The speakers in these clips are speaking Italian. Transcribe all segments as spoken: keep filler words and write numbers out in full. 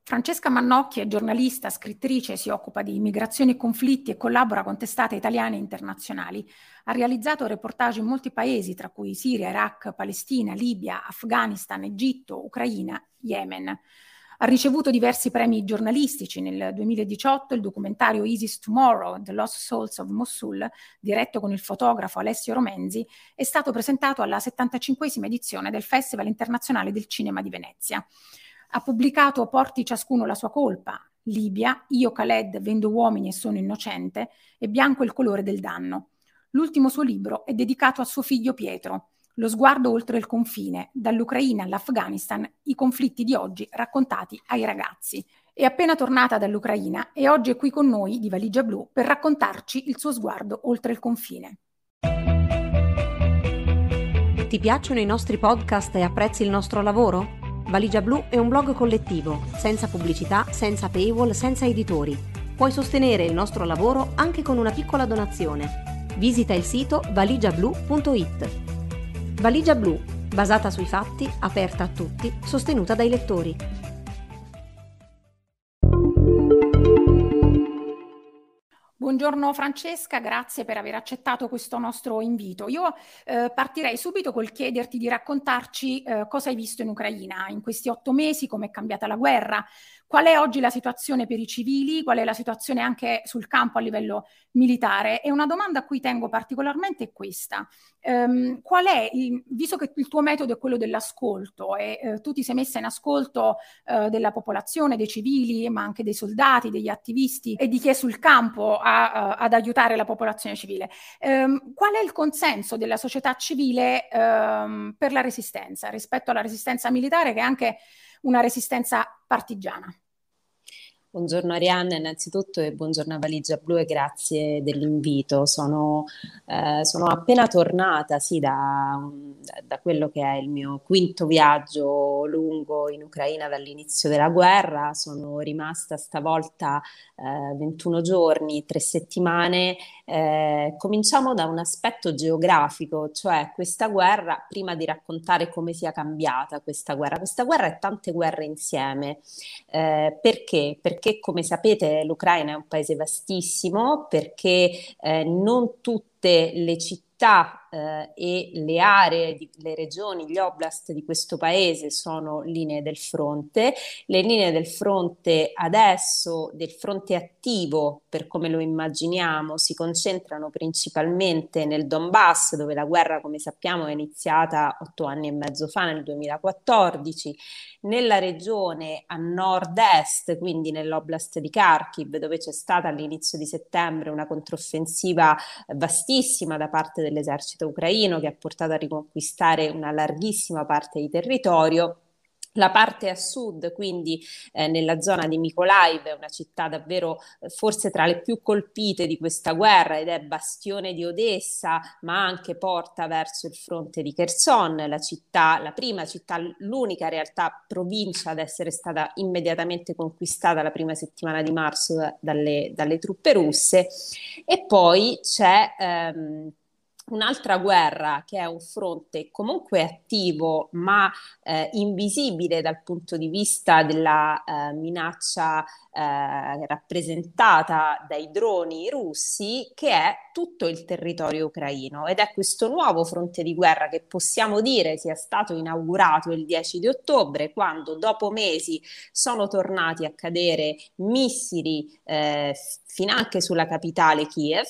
Francesca Mannocchi è giornalista, scrittrice, si occupa di immigrazioni e conflitti e collabora con testate italiane e internazionali. Ha realizzato reportage in molti paesi, tra cui Siria, Iraq, Palestina, Libia, Afghanistan, Egitto, Ucraina, Yemen. Ha ricevuto diversi premi giornalistici. Nel duemiladiciotto il documentario ISIS Tomorrow, The Lost Souls of Mosul, diretto con il fotografo Alessio Romenzi, è stato presentato alla settantacinquesima edizione del Festival Internazionale del Cinema di Venezia. Ha pubblicato Porti ciascuno la sua colpa, Libia, Io Khaled vendo uomini e sono innocente e Bianco il colore del danno. L'ultimo suo libro è dedicato a suo figlio Pietro, Lo sguardo oltre il confine, dall'Ucraina all'Afghanistan, i conflitti di oggi raccontati ai ragazzi. È appena tornata dall'Ucraina e oggi è qui con noi di Valigia Blu per raccontarci il suo sguardo oltre il confine. Ti piacciono i nostri podcast e apprezzi il nostro lavoro? Valigia Blu è un blog collettivo, senza pubblicità, senza paywall, senza editori. Puoi sostenere il nostro lavoro anche con una piccola donazione. Visita il sito valigia blu punto it. Valigia Blu, basata sui fatti, aperta a tutti, sostenuta dai lettori. Buongiorno Francesca, grazie per aver accettato questo nostro invito. Io eh, partirei subito col chiederti di raccontarci eh, cosa hai visto in Ucraina in questi otto mesi, come è cambiata la guerra, qual è oggi la situazione per i civili, qual è la situazione anche sul campo a livello militare. E una domanda a cui tengo particolarmente è questa. Um, qual è, il, visto che il tuo metodo è quello dell'ascolto e eh, tu ti sei messa in ascolto eh, della popolazione, dei civili, ma anche dei soldati, degli attivisti e di chi è sul campo a, a, ad aiutare la popolazione civile, um, qual è il consenso della società civile um, per la resistenza rispetto alla resistenza militare, che è anche una resistenza partigiana? Buongiorno Arianna innanzitutto e buongiorno a Valigia Blu e grazie dell'invito. Sono, eh, sono appena tornata sì, da, da quello che è il mio quinto viaggio lungo in Ucraina dall'inizio della guerra. Sono rimasta stavolta eh, ventuno giorni, tre settimane. Eh, cominciamo da un aspetto geografico, cioè questa guerra, prima di raccontare come sia cambiata questa guerra, questa guerra è tante guerre insieme. Eh, perché? Perché Perché come sapete l'Ucraina è un paese vastissimo, perché eh, non tutte le città eh, e le aree, di, le regioni, gli oblast di questo paese sono linee del fronte. Le linee del fronte adesso, del fronte attivo, per come lo immaginiamo, si concentrano principalmente nel Donbass, dove la guerra, come sappiamo, è iniziata otto anni e mezzo fa, nel duemilaquattordici, nella regione a nord-est, quindi nell'oblast di Kharkiv, dove c'è stata all'inizio di settembre una controffensiva vastissima da parte dell'esercito ucraino che ha portato a riconquistare una larghissima parte di territorio. La parte a sud, quindi eh, nella zona di Mykolaiv, è una città davvero eh, forse tra le più colpite di questa guerra ed è bastione di Odessa, ma anche porta verso il fronte di Kherson, la città, la prima città, l'unica in realtà provincia ad essere stata immediatamente conquistata la prima settimana di marzo da, dalle, dalle truppe russe. E poi c'è ehm, un'altra guerra che è un fronte comunque attivo ma eh, invisibile dal punto di vista della eh, minaccia eh, rappresentata dai droni russi, che è tutto il territorio ucraino, ed è questo nuovo fronte di guerra che possiamo dire sia stato inaugurato il dieci di ottobre, quando dopo mesi sono tornati a cadere missili eh, finanche sulla capitale Kiev.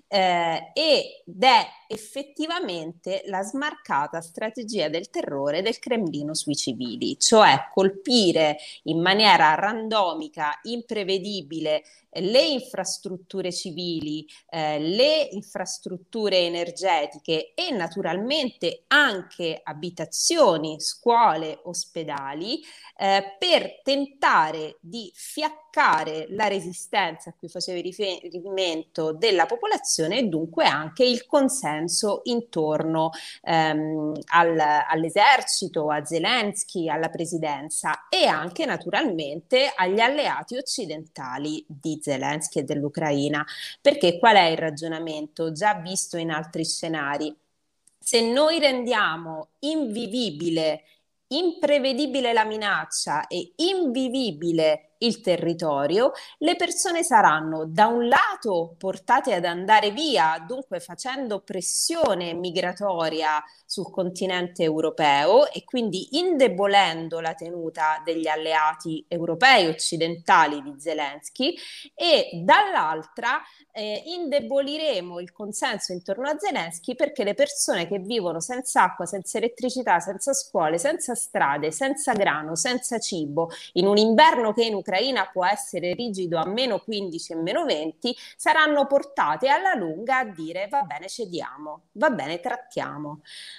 Eh, ed è effettivamente la smarcata strategia del terrore del Cremlino sui civili, cioè colpire in maniera randomica, imprevedibile, le infrastrutture civili, eh, le infrastrutture energetiche e naturalmente anche abitazioni, scuole, ospedali, eh, per tentare di fiaccare la resistenza a cui facevi riferimento della popolazione e dunque anche il consenso intorno ehm, al, all'esercito, a Zelensky, alla presidenza e anche naturalmente agli alleati occidentali di Zelensky e dell'Ucraina. Perché qual è il ragionamento già visto in altri scenari? Se noi rendiamo invivibile, imprevedibile la minaccia e invivibile il territorio, le persone saranno da un lato portate ad andare via, dunque facendo pressione migratoria sul continente europeo e quindi indebolendo la tenuta degli alleati europei occidentali di Zelensky, e dall'altra eh, indeboliremo il consenso intorno a Zelensky, perché le persone che vivono senza acqua, senza elettricità, senza scuole, senza strade, senza grano, senza cibo, in un inverno che in Ucraina può essere rigido a meno quindici e meno venti, saranno portate alla lunga a dire va bene, cediamo, va bene, trattiamo.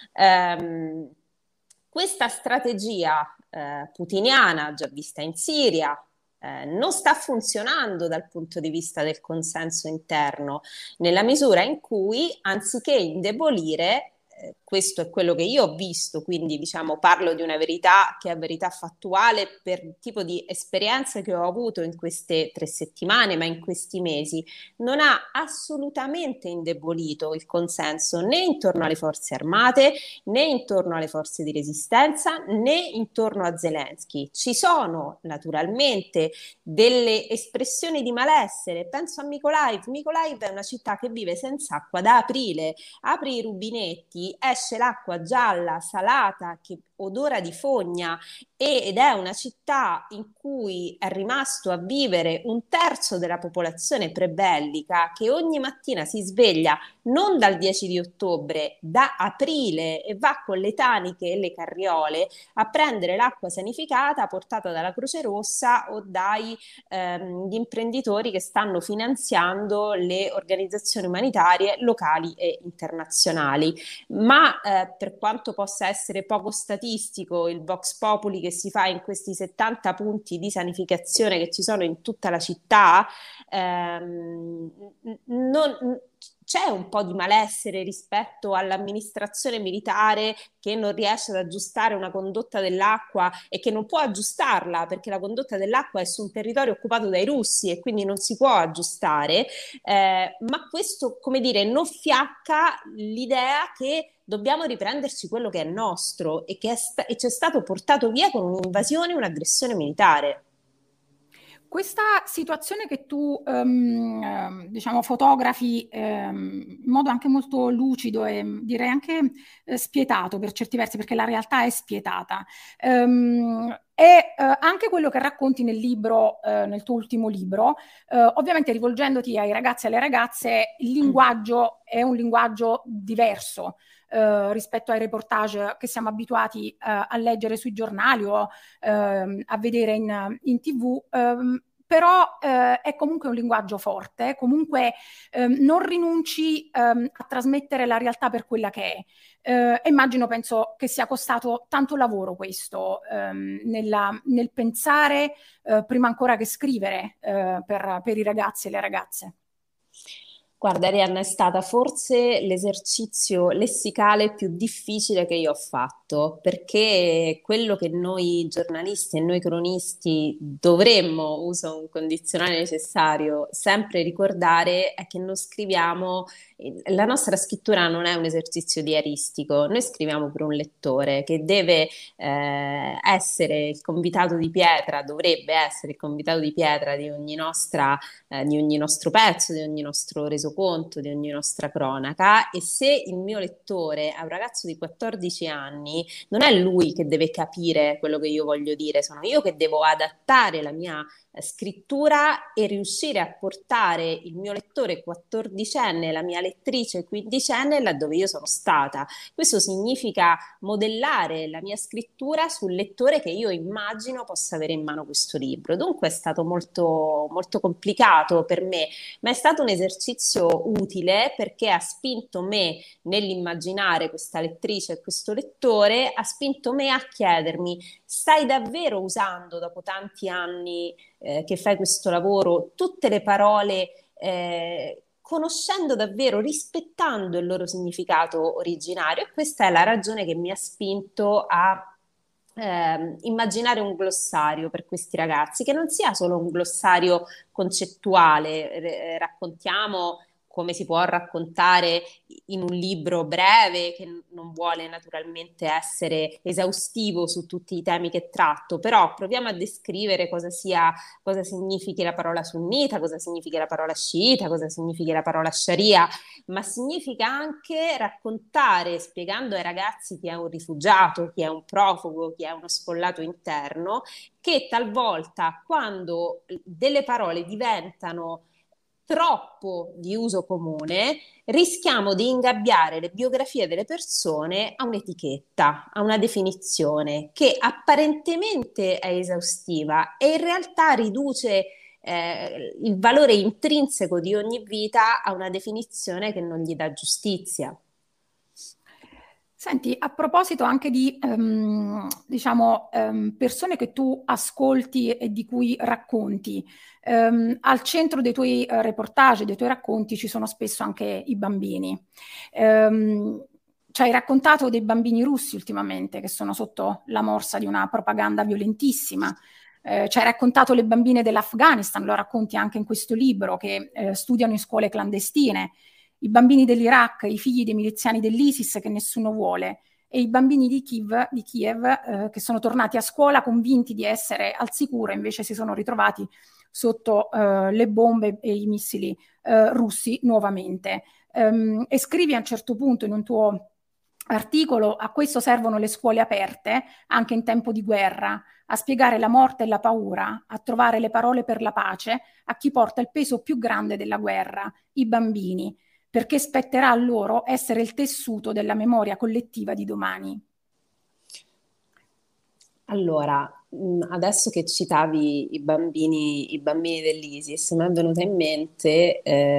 Ehm, questa strategia eh, putiniana, già vista in Siria, eh, non sta funzionando dal punto di vista del consenso interno, nella misura in cui, anziché indebolire, eh, questo è quello che io ho visto, quindi diciamo parlo di una verità che è verità fattuale per il tipo di esperienza che ho avuto in queste tre settimane, ma in questi mesi, non ha assolutamente indebolito il consenso né intorno alle forze armate, né intorno alle forze di resistenza, né intorno a Zelensky. Ci sono naturalmente delle espressioni di malessere, penso a Mykolaiv. Mykolaiv è una città che vive senza acqua da aprile, apri i rubinetti, esce l'acqua gialla, salata, che odora di fogna, ed è una città in cui è rimasto a vivere un terzo della popolazione prebellica, che ogni mattina si sveglia non dal dieci di ottobre, da aprile, e va con le taniche e le carriole a prendere l'acqua sanificata portata dalla Croce Rossa o dagli ehm, imprenditori che stanno finanziando le organizzazioni umanitarie locali e internazionali. Ma eh, per quanto possa essere poco statistico il Vox Populi che si fa in questi settanta punti di sanificazione che ci sono in tutta la città, ehm, non, c'è un po' di malessere rispetto all'amministrazione militare che non riesce ad aggiustare una condotta dell'acqua e che non può aggiustarla perché la condotta dell'acqua è su un territorio occupato dai russi e quindi non si può aggiustare, eh, ma questo, come dire, non fiacca l'idea che dobbiamo riprenderci quello che è nostro e che è sta- e ci è stato portato via con un'invasione, un'aggressione militare. Questa situazione che tu ehm, diciamo fotografi ehm, in modo anche molto lucido e direi anche eh, spietato per certi versi, perché la realtà è spietata, ehm, è eh, anche quello che racconti nel libro, eh, nel tuo ultimo libro, eh, ovviamente rivolgendoti ai ragazzi e alle ragazze. Il linguaggio è un linguaggio diverso Uh, rispetto ai reportage che siamo abituati uh, a leggere sui giornali o uh, a vedere in, in tivù, um, però uh, è comunque un linguaggio forte, comunque um, non rinunci um, a trasmettere la realtà per quella che è. Uh, e immagino, penso che sia costato tanto lavoro questo, um, nella, nel pensare uh, prima ancora che scrivere uh, per, per i ragazzi e le ragazze. Guarda, Arianna, è stata forse l'esercizio lessicale più difficile che io ho fatto, perché quello che noi giornalisti e noi cronisti dovremmo, uso un condizionale necessario, sempre ricordare è che non scriviamo, la nostra scrittura non è un esercizio diaristico, noi scriviamo per un lettore che deve eh, essere il convitato di pietra, dovrebbe essere il convitato di pietra di ogni nostra, eh, di ogni nostro pezzo, di ogni nostro resoconto, di ogni nostra cronaca. E se il mio lettore è un ragazzo di quattordici anni, non è lui che deve capire quello che io voglio dire, sono io che devo adattare la mia eh, scrittura e riuscire a portare il mio lettore quattordicenne, la mia lettrice quindicenne laddove io sono stata. Questo significa modellare la mia scrittura sul lettore che io immagino possa avere in mano questo libro. Dunque è stato molto, molto complicato per me, ma è stato un esercizio utile perché ha spinto me nell'immaginare questa lettrice e questo lettore, ha spinto me a chiedermi: stai davvero usando dopo tanti anni eh, che fai questo lavoro tutte le parole eh, conoscendo davvero, rispettando il loro significato originario? E questa è la ragione che mi ha spinto a Eh, immaginare un glossario per questi ragazzi, che non sia solo un glossario concettuale, r- raccontiamo come si può raccontare in un libro breve che non vuole naturalmente essere esaustivo su tutti i temi che tratto, però proviamo a descrivere cosa sia, cosa significhi la parola sunnita, cosa significhi la parola sciita, cosa significhi la parola sharia, ma significa anche raccontare, spiegando ai ragazzi chi è un rifugiato, chi è un profugo, chi è uno sfollato interno, che talvolta quando delle parole diventano troppo di uso comune, rischiamo di ingabbiare le biografie delle persone a un'etichetta, a una definizione che apparentemente è esaustiva e in realtà riduce eh, il valore intrinseco di ogni vita a una definizione che non gli dà giustizia. Senti, a proposito anche di um, diciamo, um, persone che tu ascolti e di cui racconti, um, al centro dei tuoi uh, reportage, dei tuoi racconti ci sono spesso anche i bambini. Um, ci hai raccontato dei bambini russi ultimamente che sono sotto la morsa di una propaganda violentissima. Eh, ci hai raccontato le bambine dell'Afghanistan, lo racconti anche in questo libro, che eh, studiano in scuole clandestine. I bambini dell'Iraq, i figli dei miliziani dell'ISIS che nessuno vuole, e i bambini di Kiev, di Kiev eh, che sono tornati a scuola convinti di essere al sicuro, invece si sono ritrovati sotto eh, le bombe e i missili eh, russi nuovamente. Um, e scrivi a un certo punto in un tuo articolo: a questo servono le scuole aperte, anche in tempo di guerra, a spiegare la morte e la paura, a trovare le parole per la pace a chi porta il peso più grande della guerra, i bambini, perché spetterà a loro essere il tessuto della memoria collettiva di domani. Allora, adesso che citavi i bambini, i bambini dell'ISIS, mi è venuta in mente,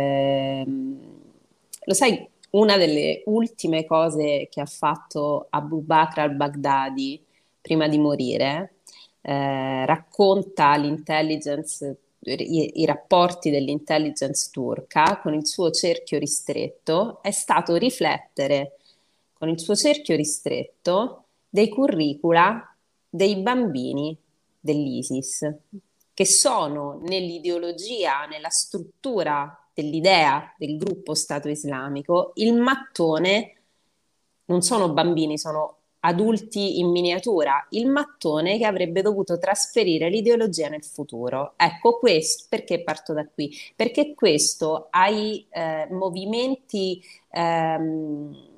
ehm, lo sai, una delle ultime cose che ha fatto Abu Bakr al-Baghdadi prima di morire, eh, racconta l'intelligence, i, i rapporti dell'intelligence turca con il suo cerchio ristretto, è stato riflettere con il suo cerchio ristretto dei curricula dei bambini dell'ISIS, che sono nell'ideologia, nella struttura dell'idea del gruppo Stato Islamico, il mattone. Non sono bambini, sono adulti in miniatura, il mattone che avrebbe dovuto trasferire l'ideologia nel futuro. Ecco, questo, perché parto da qui? Perché questo ai eh, movimenti ehm,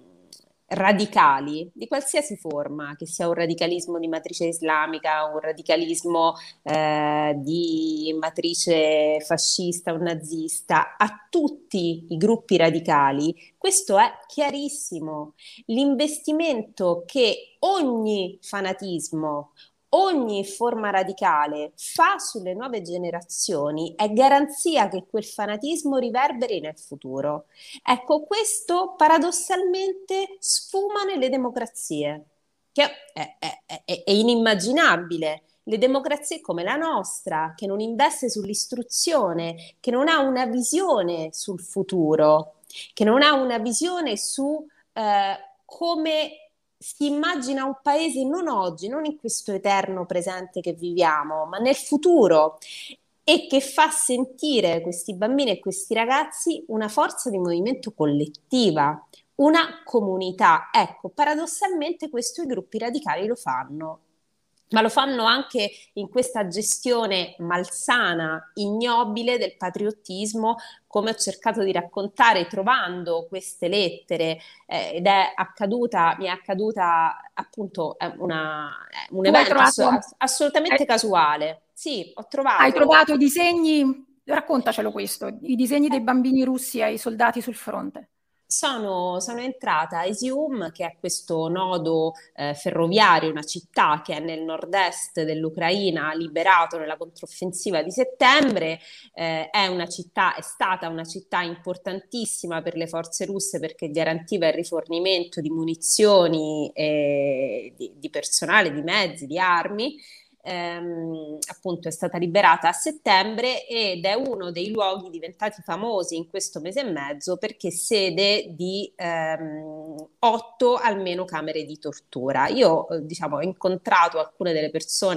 radicali di qualsiasi forma, che sia un radicalismo di matrice islamica, un radicalismo eh, di matrice fascista o nazista, a tutti i gruppi radicali, questo è chiarissimo. L'investimento che ogni fanatismo, ogni forma radicale fa sulle nuove generazioni è garanzia che quel fanatismo riverberi nel futuro. Ecco, questo paradossalmente sfuma nelle democrazie, che è, è, è, è inimmaginabile. Le democrazie come la nostra, che non investe sull'istruzione, che non ha una visione sul futuro, che non ha una visione su eh, come si immagina un paese non oggi, non in questo eterno presente che viviamo, ma nel futuro, e che fa sentire questi bambini e questi ragazzi una forza di movimento collettiva, una comunità. Ecco, paradossalmente questo i gruppi radicali lo fanno. Ma lo fanno anche in questa gestione malsana, ignobile del patriottismo, come ho cercato di raccontare trovando queste lettere, eh, ed è accaduta, mi è accaduta appunto una, un Tu hai evento trovato, ass- assolutamente hai, casuale. Sì, ho hai trovato. trovato i disegni, raccontacelo questo, i disegni dei bambini russi ai soldati sul fronte. Sono, sono entrata a Izium, che è questo nodo eh, ferroviario, una città che è nel nord-est dell'Ucraina, liberato nella controffensiva di settembre. Eh, è una città, è stata una città importantissima per le forze russe perché garantiva il rifornimento di munizioni, e di, di personale, di mezzi, di armi. Ehm, appunto è stata liberata a settembre ed è uno dei luoghi diventati famosi in questo mese e mezzo perché sede di ehm, otto almeno camere di tortura. Io eh, diciamo ho incontrato alcune delle persone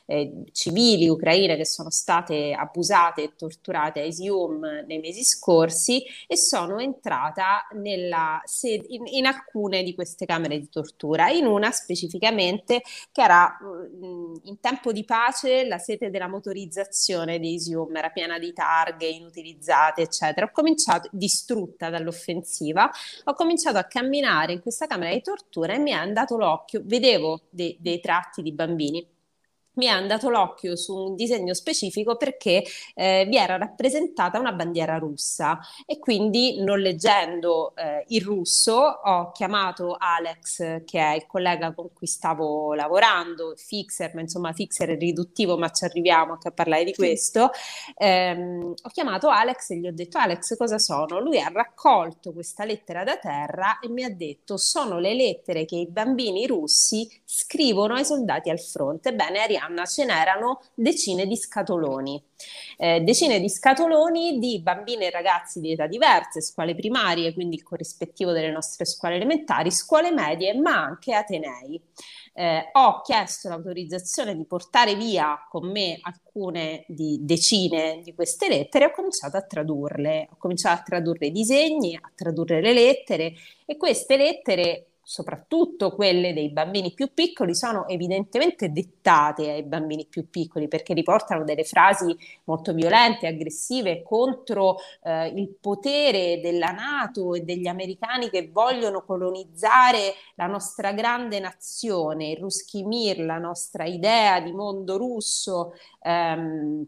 eh, civili ucraine che sono state abusate e torturate a Izium nei mesi scorsi, e sono entrata nella sed- in, in alcune di queste camere di tortura, in una specificamente che era mh, in tempo di pace la sede della motorizzazione di Izium, era piena di targhe inutilizzate, eccetera. Ho cominciato, distrutta dall'offensiva, ho cominciato a camminare in questa camera di tortura e mi è andato l'occhio, vedevo dei, dei tratti di bambini. Mi è andato l'occhio su un disegno specifico perché eh, vi era rappresentata una bandiera russa, e quindi, non leggendo eh, il russo, ho chiamato Alex, che è il collega con cui stavo lavorando, Fixer, ma insomma Fixer è riduttivo, ma ci arriviamo anche a parlare di questo. Ehm, ho chiamato Alex e gli ho detto: Alex, cosa sono? Lui ha raccolto questa lettera da terra e mi ha detto: sono le lettere che i bambini russi scrivono ai soldati al fronte. Bene, Arianna, ce n'erano decine di scatoloni, eh, decine di scatoloni di bambine e ragazzi di età diverse, scuole primarie, quindi il corrispettivo delle nostre scuole elementari, scuole medie, ma anche atenei. Eh, ho chiesto l'autorizzazione di portare via con me alcune di decine di queste lettere e ho cominciato a tradurle, ho cominciato a tradurre i disegni, a tradurre le lettere, e queste lettere, soprattutto quelle dei bambini più piccoli, sono evidentemente dettate ai bambini più piccoli, perché riportano delle frasi molto violente, aggressive contro eh, il potere della NATO e degli americani che vogliono colonizzare la nostra grande nazione, il Ruski Mir, la nostra idea di mondo russo, ehm,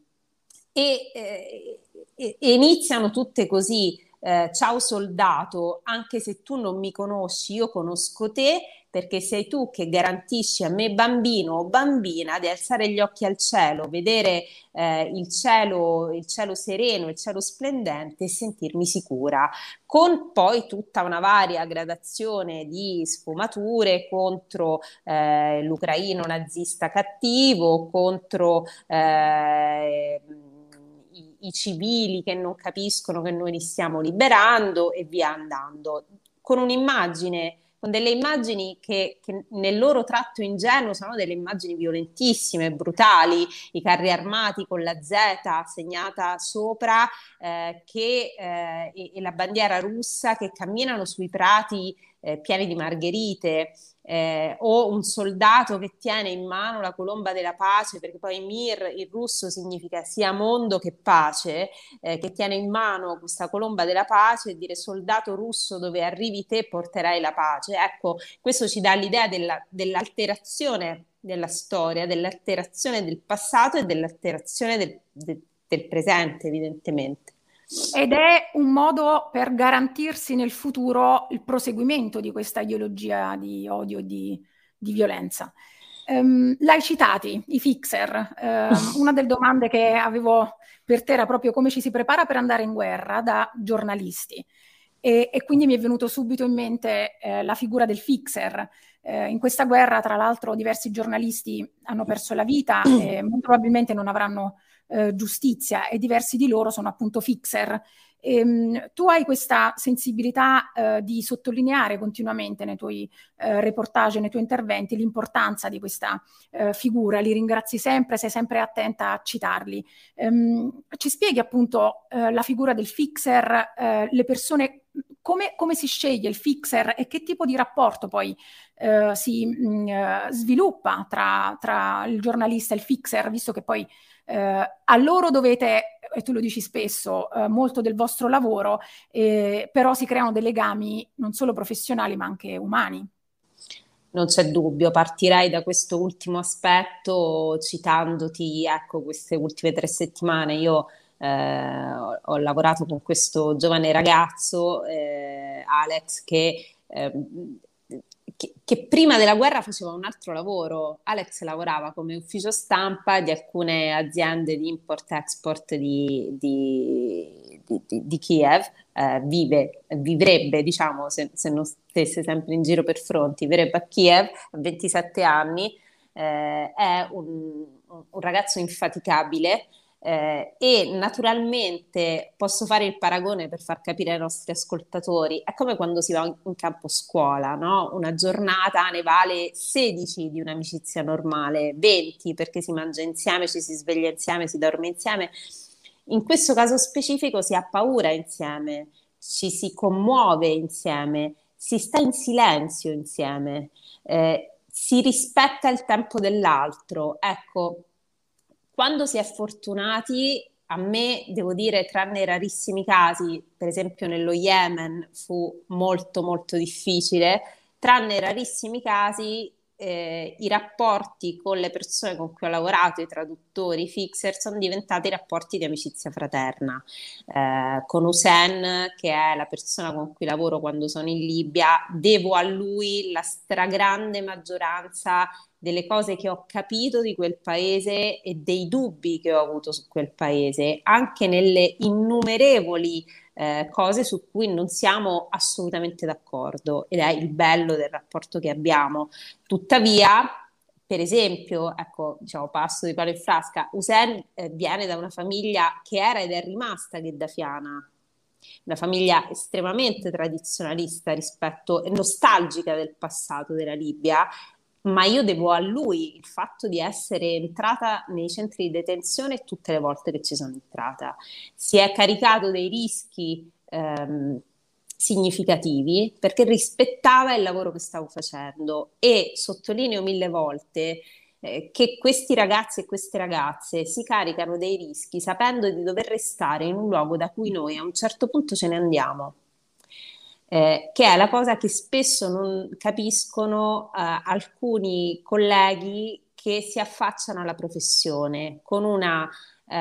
e, eh, e, e iniziano tutte così. Eh, ciao soldato, anche se tu non mi conosci, io conosco te, perché sei tu che garantisci a me, bambino o bambina, di alzare gli occhi al cielo, vedere eh, il cielo, il cielo sereno, il cielo splendente e sentirmi sicura, con poi tutta una varia gradazione di sfumature contro eh, l'ucraino nazista cattivo, contro eh, i civili che non capiscono che noi li stiamo liberando, e via andando, con un'immagine, con delle immagini che, che nel loro tratto ingenuo sono delle immagini violentissime, brutali, i carri armati con la Z segnata sopra, eh, che, eh, e, e la bandiera russa, che camminano sui prati eh, pieni di margherite. Eh, o un soldato che tiene in mano la colomba della pace, perché poi Mir in russo significa sia mondo che pace, eh, che tiene in mano questa colomba della pace, e dire: soldato russo, dove arrivi te porterai la pace. Ecco, questo ci dà l'idea della, dell'alterazione della storia, dell'alterazione del passato e dell'alterazione del, del, del presente, evidentemente. Ed è un modo per garantirsi nel futuro il proseguimento di questa ideologia di odio e di, di violenza. Um, l'hai citati, i fixer. Um, una delle domande che avevo per te era proprio come ci si prepara per andare in guerra da giornalisti. E, e quindi mi è venuto subito in mente eh, la figura del fixer. Eh, in questa guerra, tra l'altro, diversi giornalisti hanno perso la vita e molto probabilmente non avranno eh, giustizia, e diversi di loro sono appunto fixer. E, tu hai questa sensibilità eh, di sottolineare continuamente nei tuoi eh, reportage, nei tuoi interventi, l'importanza di questa eh, figura, li ringrazi sempre, sei sempre attenta a citarli. Ehm, ci spieghi appunto eh, la figura del fixer, eh, le persone, come, come si sceglie il fixer e che tipo di rapporto poi eh, si mh, sviluppa tra, tra il giornalista e il fixer, visto che poi eh, a loro dovete, e tu lo dici spesso, eh, molto del vostro lavoro, eh, però si creano dei legami non solo professionali ma anche umani. Non c'è dubbio, partirei da questo ultimo aspetto citandoti, ecco, queste ultime tre settimane io eh, ho, ho lavorato con questo giovane ragazzo, eh, Alex, che, eh, che, che prima della guerra faceva un altro lavoro. Alex lavorava come ufficio stampa di alcune aziende di import-export di, di, di, di Kiev. Eh, vive, vivrebbe, diciamo, se, se non stesse sempre in giro per fronti, vivrebbe a Kiev a ventisette anni, eh, è un, un ragazzo infaticabile, Eh, e naturalmente posso fare il paragone per far capire ai nostri ascoltatori, è come quando si va in, in campo scuola, no? Una giornata ne vale sedici di un'amicizia normale, venti perché si mangia insieme, ci si sveglia insieme, si dorme insieme. In questo caso specifico si ha paura insieme, ci si commuove insieme, si sta in silenzio insieme, eh, si rispetta il tempo dell'altro. Ecco, quando si è fortunati, a me, devo dire, tranne rarissimi casi, per esempio nello Yemen fu molto molto difficile, tranne rarissimi casi, eh, i rapporti con le persone con cui ho lavorato, i traduttori, i fixer, sono diventati rapporti di amicizia fraterna. Eh, con Hussein, che è la persona con cui lavoro quando sono in Libia, devo a lui la stragrande maggioranza delle cose che ho capito di quel paese e dei dubbi che ho avuto su quel paese, anche nelle innumerevoli eh, cose su cui non siamo assolutamente d'accordo, ed è il bello del rapporto che abbiamo. Tuttavia, per esempio, ecco, diciamo, passo di palo in frasca, Hussein eh, viene da una famiglia che era ed è rimasta gheddafiana, una famiglia estremamente tradizionalista rispetto e nostalgica del passato della Libia, ma io devo a lui il fatto di essere entrata nei centri di detenzione tutte le volte che ci sono entrata. Si è caricato dei rischi ehm, significativi perché rispettava il lavoro che stavo facendo, e sottolineo mille volte eh, che questi ragazzi e queste ragazze si caricano dei rischi sapendo di dover restare in un luogo da cui noi a un certo punto ce ne andiamo. Eh, che è la cosa che spesso non capiscono eh, alcuni colleghi che si affacciano alla professione con una,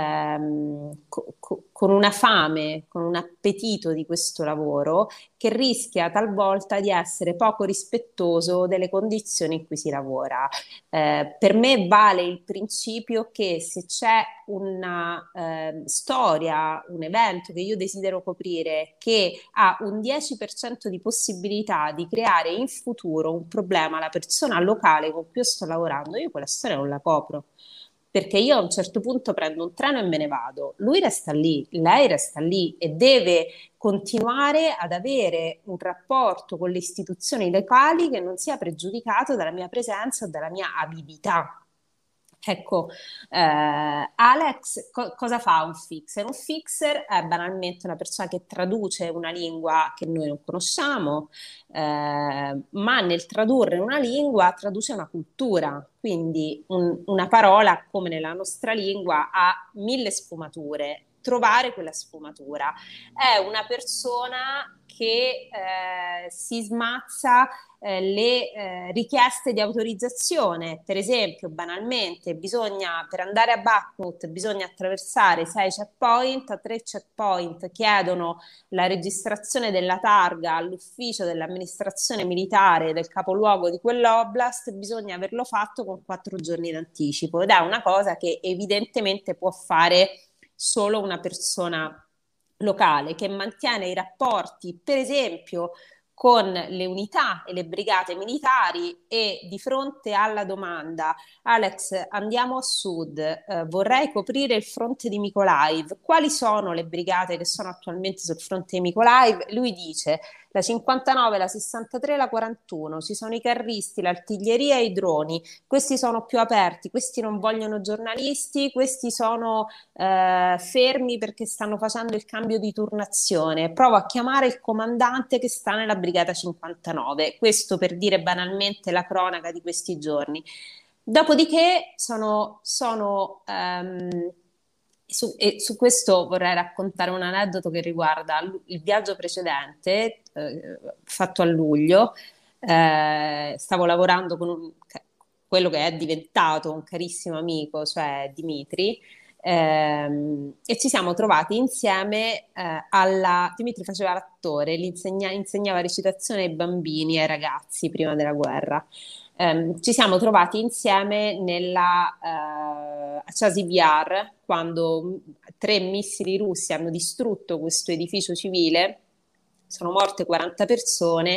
ehm, co- co- con una fame, con un appetito di questo lavoro, che rischia talvolta di essere poco rispettoso delle condizioni in cui si lavora. Eh, per me vale il principio che se c'è una eh, storia, un evento che io desidero coprire che ha un dieci per cento di possibilità di creare in futuro un problema alla persona locale con cui io sto lavorando, io quella storia non la copro. Perché io a un certo punto prendo un treno e me ne vado, lui resta lì, lei resta lì e deve continuare ad avere un rapporto con le istituzioni locali che non sia pregiudicato dalla mia presenza o dalla mia avidità. Ecco, eh, Alex, co- cosa fa un fixer? Un fixer è banalmente una persona che traduce una lingua che noi non conosciamo, eh, ma nel tradurre una lingua traduce una cultura, quindi un- una parola come nella nostra lingua ha mille sfumature. Trovare quella sfumatura è una persona che eh, si smazza eh, le eh, richieste di autorizzazione. Per esempio, banalmente, bisogna, per andare a Bakhmut bisogna attraversare sei checkpoint, a tre checkpoint chiedono la registrazione della targa all'ufficio dell'amministrazione militare del capoluogo di quell'oblast, bisogna averlo fatto con quattro giorni d'anticipo, ed è una cosa che evidentemente può fare solo una persona locale che mantiene i rapporti, per esempio, con le unità e le brigate militari, e di fronte alla domanda Alex, andiamo a sud, eh, vorrei coprire il fronte di Mykolaiv, quali sono le brigate che sono attualmente sul fronte di Mykolaiv? Lui dice la cinquantanove, la sessantatré, la quarantuno, ci sono i carristi, l'artiglieria e i droni, questi sono più aperti, questi non vogliono giornalisti, questi sono eh, fermi perché stanno facendo il cambio di turnazione, provo a chiamare il comandante che sta nella brigata cinquantanove, questo per dire banalmente la cronaca di questi giorni. Dopodiché sono, sono um, su, e su questo vorrei raccontare un aneddoto che riguarda il viaggio precedente eh, fatto a luglio. Eh, stavo lavorando con un, quello che è diventato un carissimo amico, cioè Dimitri, ehm, e ci siamo trovati insieme eh, alla... Dimitri faceva l'attore, insegna, insegnava recitazione ai bambini e ai ragazzi prima della guerra. Um, ci siamo trovati insieme nella, uh, a Chasiv-Yar quando tre missili russi hanno distrutto questo edificio civile, sono morte quaranta persone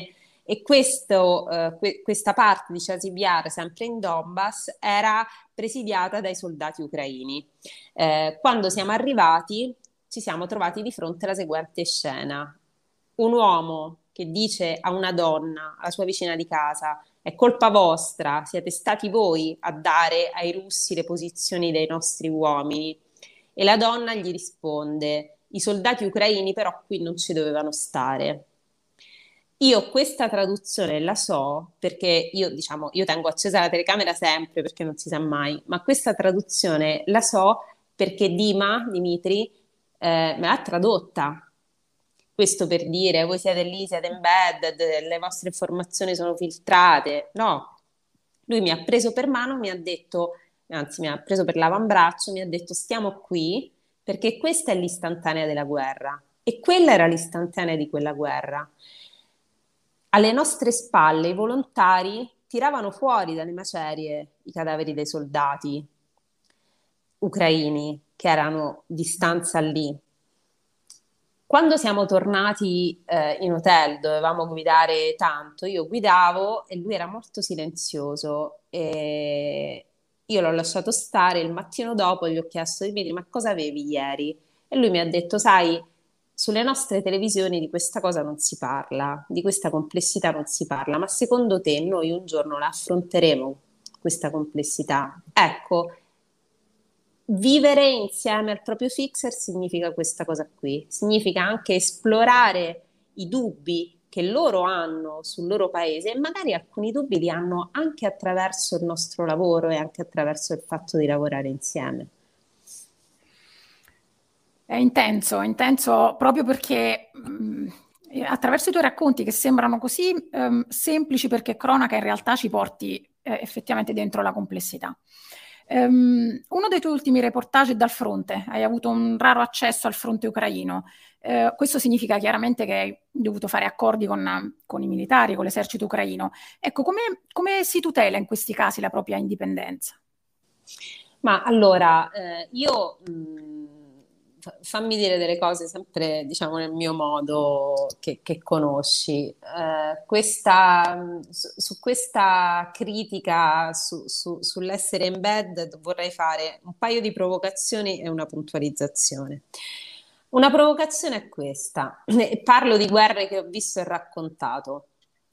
e questo, eh, que- questa parte di Chasiv Yar, sempre in Donbass, era presidiata dai soldati ucraini. Eh, quando siamo arrivati ci siamo trovati di fronte alla seguente scena. Un uomo che dice a una donna, alla sua vicina di casa: è colpa vostra, siete stati voi a dare ai russi le posizioni dei nostri uomini. E la donna gli risponde: i soldati ucraini però qui non ci dovevano stare. Io questa traduzione la so perché io, diciamo, io tengo accesa la telecamera sempre perché non si sa mai, ma questa traduzione la so perché Dima, Dimitri, eh, me l'ha tradotta. Questo per dire: voi siete lì, siete embedded, le vostre informazioni sono filtrate. No, lui mi ha preso per mano, mi ha detto, anzi mi ha preso per l'avambraccio, mi ha detto: stiamo qui perché questa è l'istantanea della guerra e quella era l'istantanea di quella guerra. Alle nostre spalle i volontari tiravano fuori dalle macerie i cadaveri dei soldati ucraini che erano di stanza lì. Quando siamo tornati eh, in hotel, dovevamo guidare tanto, io guidavo e lui era molto silenzioso e io l'ho lasciato stare. Il mattino dopo gli ho chiesto: Dimitri, ma cosa avevi ieri? E lui mi ha detto: sai, sulle nostre televisioni di questa cosa non si parla, di questa complessità non si parla, ma secondo te noi un giorno la affronteremo, questa complessità? Ecco, vivere insieme al proprio fixer significa questa cosa qui, significa anche esplorare i dubbi che loro hanno sul loro paese e magari alcuni dubbi li hanno anche attraverso il nostro lavoro e anche attraverso il fatto di lavorare insieme. È intenso, è intenso proprio perché mh, attraverso i tuoi racconti che sembrano così ehm, semplici, perché cronaca in realtà ci porti eh, effettivamente dentro la complessità. Um, uno dei tuoi ultimi reportage è dal fronte, hai avuto un raro accesso al fronte ucraino. Uh, questo significa chiaramente che hai dovuto fare accordi con, con i militari, con l'esercito ucraino. Ecco, come, come si tutela in questi casi la propria indipendenza? Ma allora, eh, io mh, fa- fammi dire delle cose sempre, diciamo, nel mio modo che, che conosci. Eh, questa, mh, su, su questa critica su- su- sull'essere embedded vorrei fare un paio di provocazioni e una puntualizzazione. Una provocazione è questa, e parlo di guerre che ho visto e raccontato.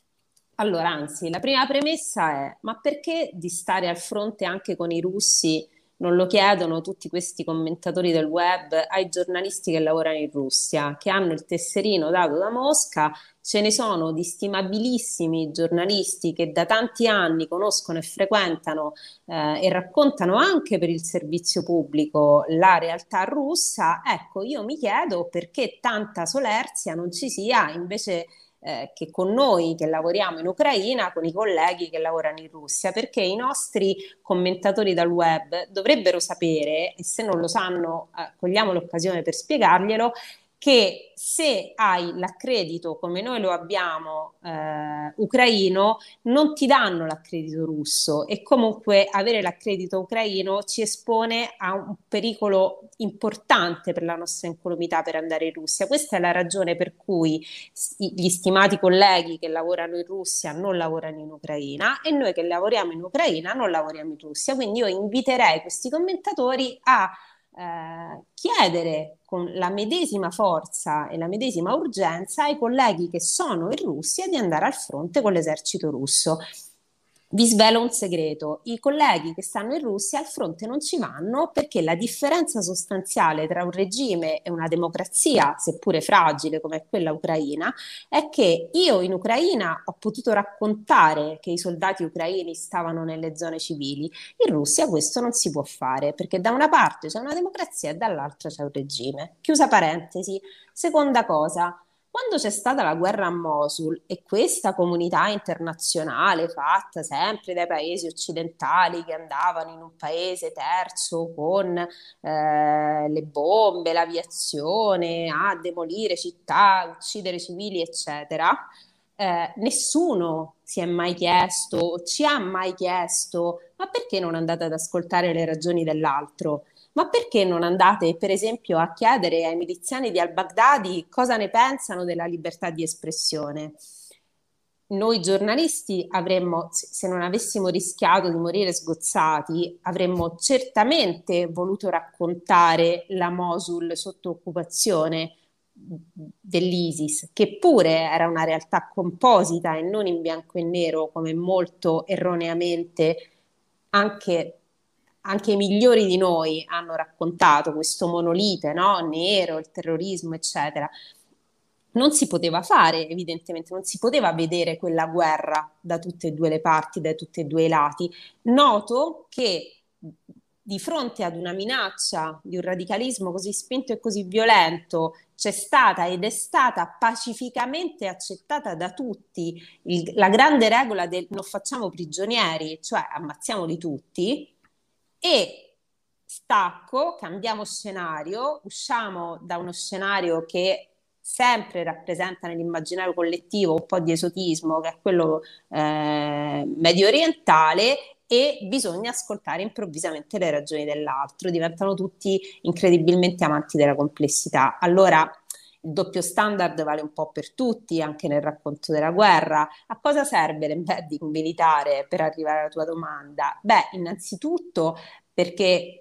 Allora, anzi, la prima premessa è: ma perché di stare al fronte anche con i russi non lo chiedono tutti questi commentatori del web ai giornalisti che lavorano in Russia, che hanno il tesserino dato da Mosca? Ce ne sono di stimabilissimi giornalisti che da tanti anni conoscono e frequentano eh, e raccontano anche per il servizio pubblico la realtà russa. Ecco, io mi chiedo perché tanta solerzia non ci sia invece eh, che con noi che lavoriamo in Ucraina, con i colleghi che lavorano in Russia, perché i nostri commentatori dal web dovrebbero sapere, e se non lo sanno, eh, cogliamo l'occasione per spiegarglielo, che se hai l'accredito come noi lo abbiamo eh, ucraino, non ti danno l'accredito russo, e comunque avere l'accredito ucraino ci espone a un pericolo importante per la nostra incolumità per andare in Russia. Questa è la ragione per cui gli stimati colleghi che lavorano in Russia non lavorano in Ucraina e noi che lavoriamo in Ucraina non lavoriamo in Russia. Quindi io inviterei questi commentatori a eh, chiedere con la medesima forza e la medesima urgenza ai colleghi che sono in Russia di andare al fronte con l'esercito russo. Vi svelo un segreto: i colleghi che stanno in Russia al fronte non ci vanno perché la differenza sostanziale tra un regime e una democrazia, seppure fragile come quella ucraina, è che io in Ucraina ho potuto raccontare che i soldati ucraini stavano nelle zone civili. In Russia questo non si può fare perché da una parte c'è una democrazia e dall'altra c'è un regime. Chiusa parentesi. Seconda cosa: quando c'è stata la guerra a Mosul e questa comunità internazionale fatta sempre dai paesi occidentali che andavano in un paese terzo con eh, le bombe, l'aviazione a demolire città, uccidere civili, eccetera, eh, nessuno si è mai chiesto o ci ha mai chiesto: ma perché non andate ad ascoltare le ragioni dell'altro? Ma perché non andate, per esempio, a chiedere ai miliziani di al-Baghdadi cosa ne pensano della libertà di espressione? noi giornalisti avremmo, se non avessimo rischiato di morire sgozzati, avremmo certamente voluto raccontare la Mosul sotto occupazione dell'ISIS, che pure era una realtà composita e non in bianco e nero, come molto erroneamente anche, anche i migliori di noi hanno raccontato, questo monolite, no? Nero, il terrorismo, eccetera. Non si poteva fare, evidentemente, non si poteva vedere quella guerra da tutte e due le parti, da tutti e due i lati. Noto che di fronte ad una minaccia di un radicalismo così spinto e così violento c'è stata ed è stata pacificamente accettata da tutti il, la grande regola del non facciamo prigionieri, cioè ammazziamoli tutti, e stacco, cambiamo scenario, usciamo da uno scenario che sempre rappresenta nell'immaginario collettivo un po' di esotismo, che è quello eh, medio orientale, e bisogna ascoltare improvvisamente le ragioni dell'altro, diventano tutti incredibilmente amanti della complessità. Allora il doppio standard vale un po' per tutti, anche nel racconto della guerra. A cosa serve l'embedding militare, per arrivare alla tua domanda? Beh, innanzitutto perché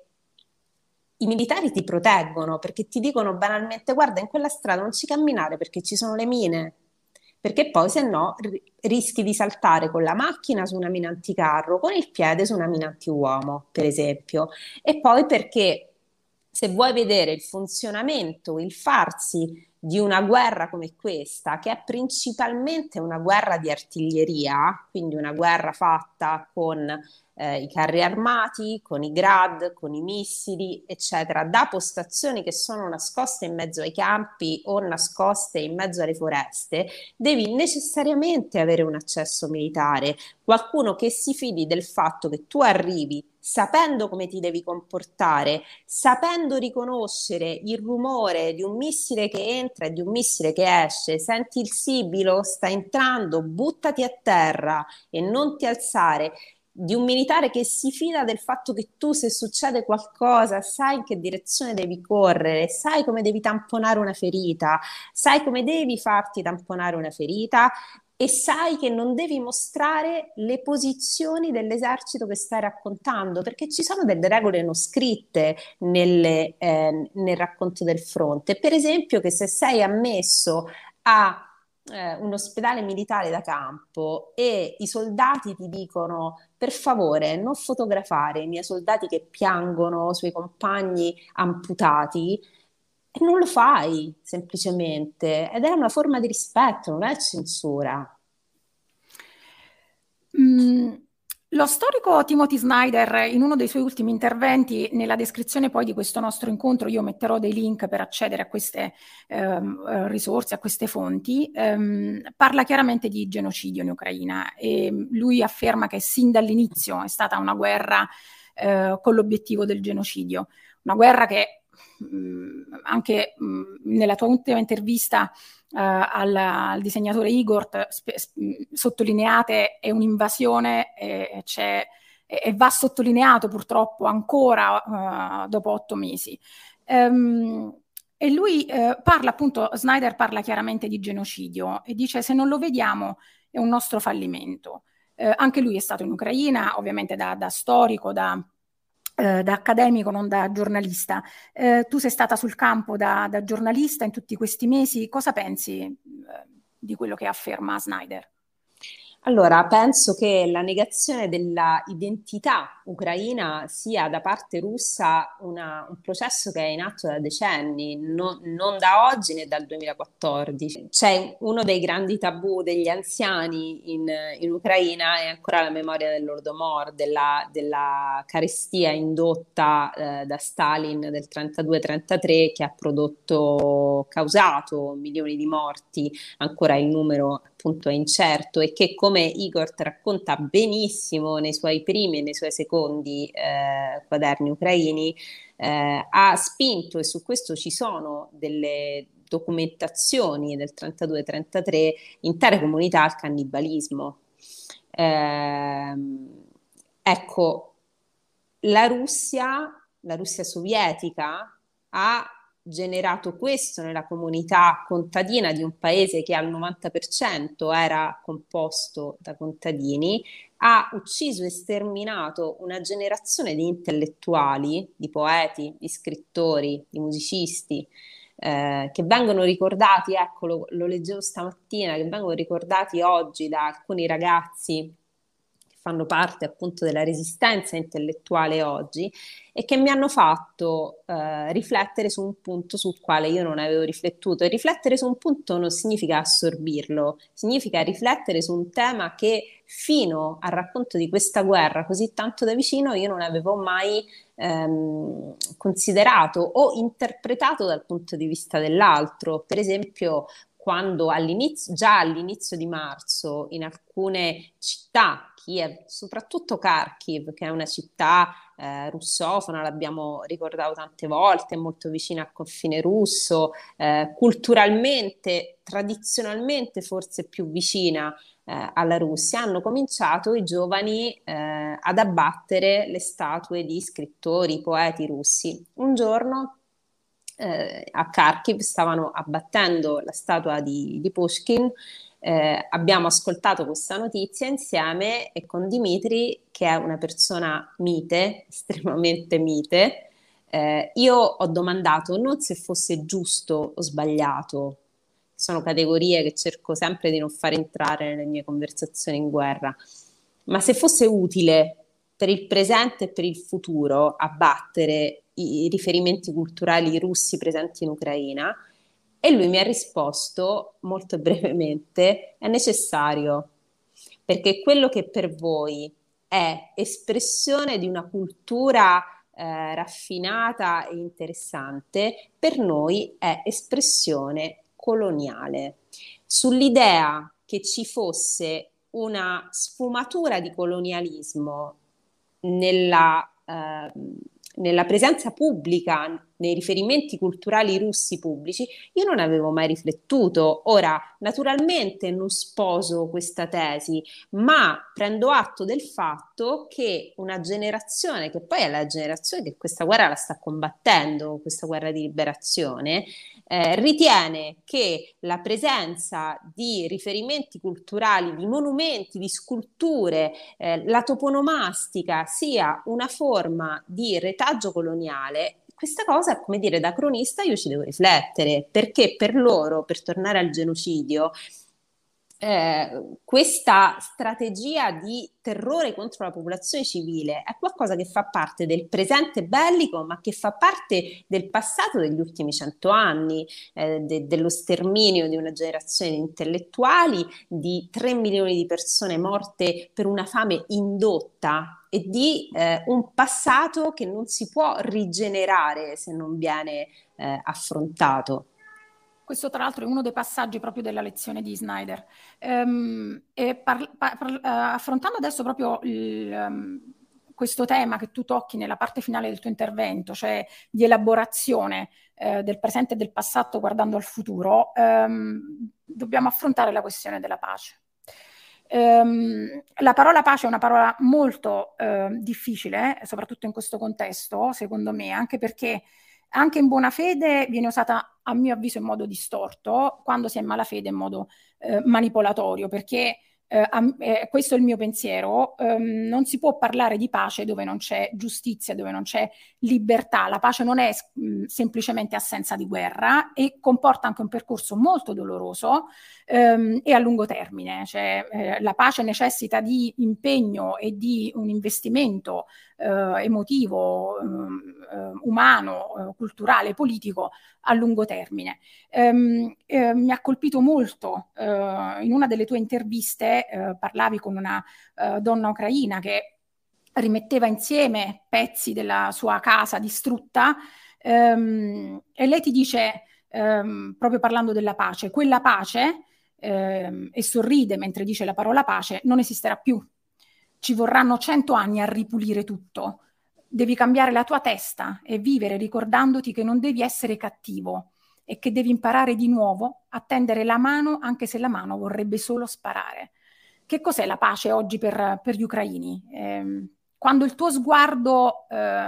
i militari ti proteggono, perché ti dicono banalmente: guarda, in quella strada non ci camminare perché ci sono le mine, perché poi se no ri- rischi di saltare con la macchina su una mina anticarro, con il piede su una mina antiuomo, per esempio. E poi perché se vuoi vedere il funzionamento, il farsi di una guerra come questa, che è principalmente una guerra di artiglieria, quindi una guerra fatta con eh, i carri armati, con i grad, con i missili, eccetera, da postazioni che sono nascoste in mezzo ai campi o nascoste in mezzo alle foreste, devi necessariamente avere un accesso militare, qualcuno che si fidi del fatto che tu arrivi sapendo come ti devi comportare, sapendo riconoscere il rumore di un missile che entra e di un missile che esce, senti il sibilo, sta entrando, buttati a terra e non ti alzare, di un militare che si fida del fatto che tu, se succede qualcosa, sai in che direzione devi correre, sai come devi tamponare una ferita, sai come devi farti tamponare una ferita, e sai che non devi mostrare le posizioni dell'esercito che stai raccontando, perché ci sono delle regole non scritte nelle, eh, nel racconto del fronte. Per esempio, che se sei ammesso a eh, un ospedale militare da campo e i soldati ti dicono: per favore non fotografare i miei soldati che piangono sui compagni amputati, e non lo fai semplicemente, ed è una forma di rispetto, non è censura. Mm, lo storico Timothy Snyder, in uno dei suoi ultimi interventi, nella descrizione poi di questo nostro incontro, io metterò dei link per accedere a queste ehm, risorse, a queste fonti, ehm, parla chiaramente di genocidio in Ucraina, e lui afferma che sin dall'inizio è stata una guerra eh, con l'obiettivo del genocidio, una guerra che mh, anche mh, nella tua ultima intervista Uh, al, al disegnatore Igor spe, sp- sottolineate è un'invasione e, c'è, e, e va sottolineato purtroppo ancora uh, dopo otto mesi. Um, e lui uh, parla appunto, Snyder parla chiaramente di genocidio e dice: se non lo vediamo è un nostro fallimento. Uh, anche lui è stato in Ucraina, ovviamente da, da storico, da Eh, da accademico, non da giornalista. Eh, tu sei stata sul campo da, da giornalista in tutti questi mesi. Cosa pensi eh, di quello che afferma Snyder? Allora, penso che la negazione della identità ucraina sia da parte russa una- un processo che è in atto da decenni, non, non da oggi né dal duemilaquattordici. C'è uno dei grandi tabù degli anziani in, in Ucraina, è ancora la memoria dell'Ordomor, della, della carestia indotta eh, da Stalin del trentadue trentatré, che ha prodotto, causato milioni di morti. Ancora il numero appunto è incerto, e che, come Igor racconta benissimo nei suoi primi e nei suoi secondi eh, quaderni ucraini, eh, ha spinto, e su questo ci sono delle documentazioni del trentadue trentatré, intere comunità al cannibalismo. Eh, ecco, la Russia, la Russia sovietica ha generato questo nella comunità contadina di un paese che al novanta per cento era composto da contadini, ha ucciso e sterminato una generazione di intellettuali, di poeti, di scrittori, di musicisti, eh, che vengono ricordati, ecco, lo, lo leggevo stamattina, che vengono ricordati oggi da alcuni ragazzi fanno parte appunto della resistenza intellettuale oggi e che mi hanno fatto eh, riflettere su un punto sul quale io non avevo riflettuto. E riflettere su un punto non significa assorbirlo, significa riflettere su un tema che fino al racconto di questa guerra così tanto da vicino io non avevo mai ehm, considerato o interpretato dal punto di vista dell'altro. Per esempio, quando all'inizio, già all'inizio di marzo in alcune città, Kiev, soprattutto Kharkiv, che è una città eh, russofona, l'abbiamo ricordato tante volte, è molto vicina al confine russo, eh, culturalmente, tradizionalmente forse più vicina eh, alla Russia, hanno cominciato i giovani eh, ad abbattere le statue di scrittori, poeti russi. Un giorno eh, a Kharkiv stavano abbattendo la statua di, di Pushkin. Eh, abbiamo ascoltato questa notizia insieme e con Dimitri, che è una persona mite, estremamente mite, eh, io ho domandato non se fosse giusto o sbagliato, sono categorie che cerco sempre di non far entrare nelle mie conversazioni in guerra, ma se fosse utile per il presente e per il futuro abbattere i riferimenti culturali russi presenti in Ucraina. E lui mi ha risposto molto brevemente: è necessario, perché quello che per voi è espressione di una cultura eh, raffinata e interessante, per noi è espressione coloniale. Sull'idea che ci fosse una sfumatura di colonialismo nella, eh, nella presenza pubblica, nei riferimenti culturali russi pubblici, io non avevo mai riflettuto. Ora, naturalmente non sposo questa tesi, ma prendo atto del fatto che una generazione, che poi è la generazione che questa guerra la sta combattendo, questa guerra di liberazione, eh, ritiene che la presenza di riferimenti culturali, di monumenti, di sculture, eh, la toponomastica sia una forma di retaggio coloniale. Questa cosa, come dire, da cronista io ci devo riflettere, perché per loro, per tornare al genocidio, eh, questa strategia di terrore contro la popolazione civile è qualcosa che fa parte del presente bellico, ma che fa parte del passato degli ultimi cento anni, eh, de- dello sterminio di una generazione di intellettuali, di tre milioni di persone morte per una fame indotta e di eh, un passato che non si può rigenerare se non viene eh, affrontato. Questo tra l'altro è uno dei passaggi proprio della lezione di Snyder. Ehm, e par- par- par- eh, affrontando adesso proprio il, um, questo tema che tu tocchi nella parte finale del tuo intervento, cioè di elaborazione eh, del presente e del passato guardando al futuro, ehm, dobbiamo affrontare la questione della pace. Um, la parola pace è una parola molto uh, difficile, soprattutto in questo contesto, secondo me, anche perché anche in buona fede viene usata, a mio avviso, in modo distorto, quando si è in malafede in modo eh, manipolatorio, perché eh, a, eh, questo è il mio pensiero, ehm, non si può parlare di pace dove non c'è giustizia, dove non c'è libertà. La pace non è mh, semplicemente assenza di guerra e comporta anche un percorso molto doloroso ehm, e a lungo termine. Cioè, eh, la pace necessita di impegno e di un investimento eh, emotivo, eh, umano, eh, culturale, politico a lungo termine. Ehm, eh, mi ha colpito molto, eh, in una delle tue interviste eh, parlavi con una eh, donna ucraina che rimetteva insieme pezzi della sua casa distrutta ehm, e lei ti dice, ehm, proprio parlando della pace, quella pace, ehm, e sorride mentre dice la parola pace, non esisterà più. Ci vorranno cento anni a ripulire tutto. Devi cambiare la tua testa e vivere ricordandoti che non devi essere cattivo e che devi imparare di nuovo a tendere la mano anche se la mano vorrebbe solo sparare. Che cos'è la pace oggi per, per gli ucraini? Eh, quando il tuo sguardo eh,